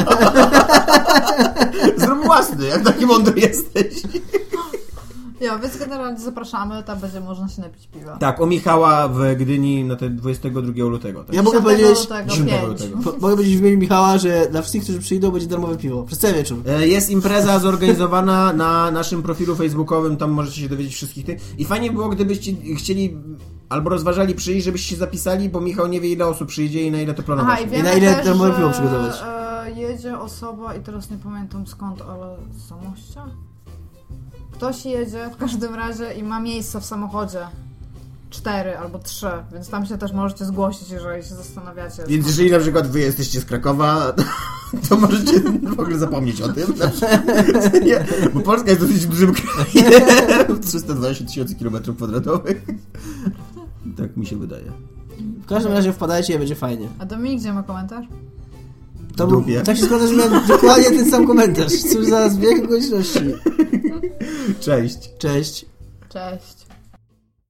Zrób własny, jak taki mądry jesteś. Ja, więc generalnie zapraszamy, tam będzie można się napić piwa. Tak, o Michała w Gdyni na te 22 lutego. Tak? Ja mogę powiedzieć, mogę powiedzieć w imieniu Michała, że dla wszystkich, którzy przyjdą, będzie darmowe piwo. Przez cały wieczór. Jest impreza zorganizowana na naszym profilu facebookowym, tam możecie się dowiedzieć wszystkich tych. I fajnie było, gdybyście chcieli albo rozważali przyjść, żebyście się zapisali, bo Michał nie wie, ile osób przyjdzie i na ile to planować. I na ile darmowe piwo przygotować. Jedzie osoba i teraz nie pamiętam skąd, ale z Zamościa? Ktoś jedzie w każdym razie i ma miejsce w samochodzie. 4 albo 3, więc tam się też możecie zgłosić, jeżeli się zastanawiacie. Więc jeżeli na przykład wy jesteście z Krakowa, to możecie w ogóle zapomnieć o tym. Nie, bo Polska jest dosyć dużym krajem. 320 000 km². Tak mi się wydaje. W każdym razie wpadajcie i będzie fajnie. A Dominik, gdzie ma komentarz? Tak się składa, że miałem dokładnie ten sam komentarz. Cóż za zbieg okoliczności. Cześć. Cześć. Cześć.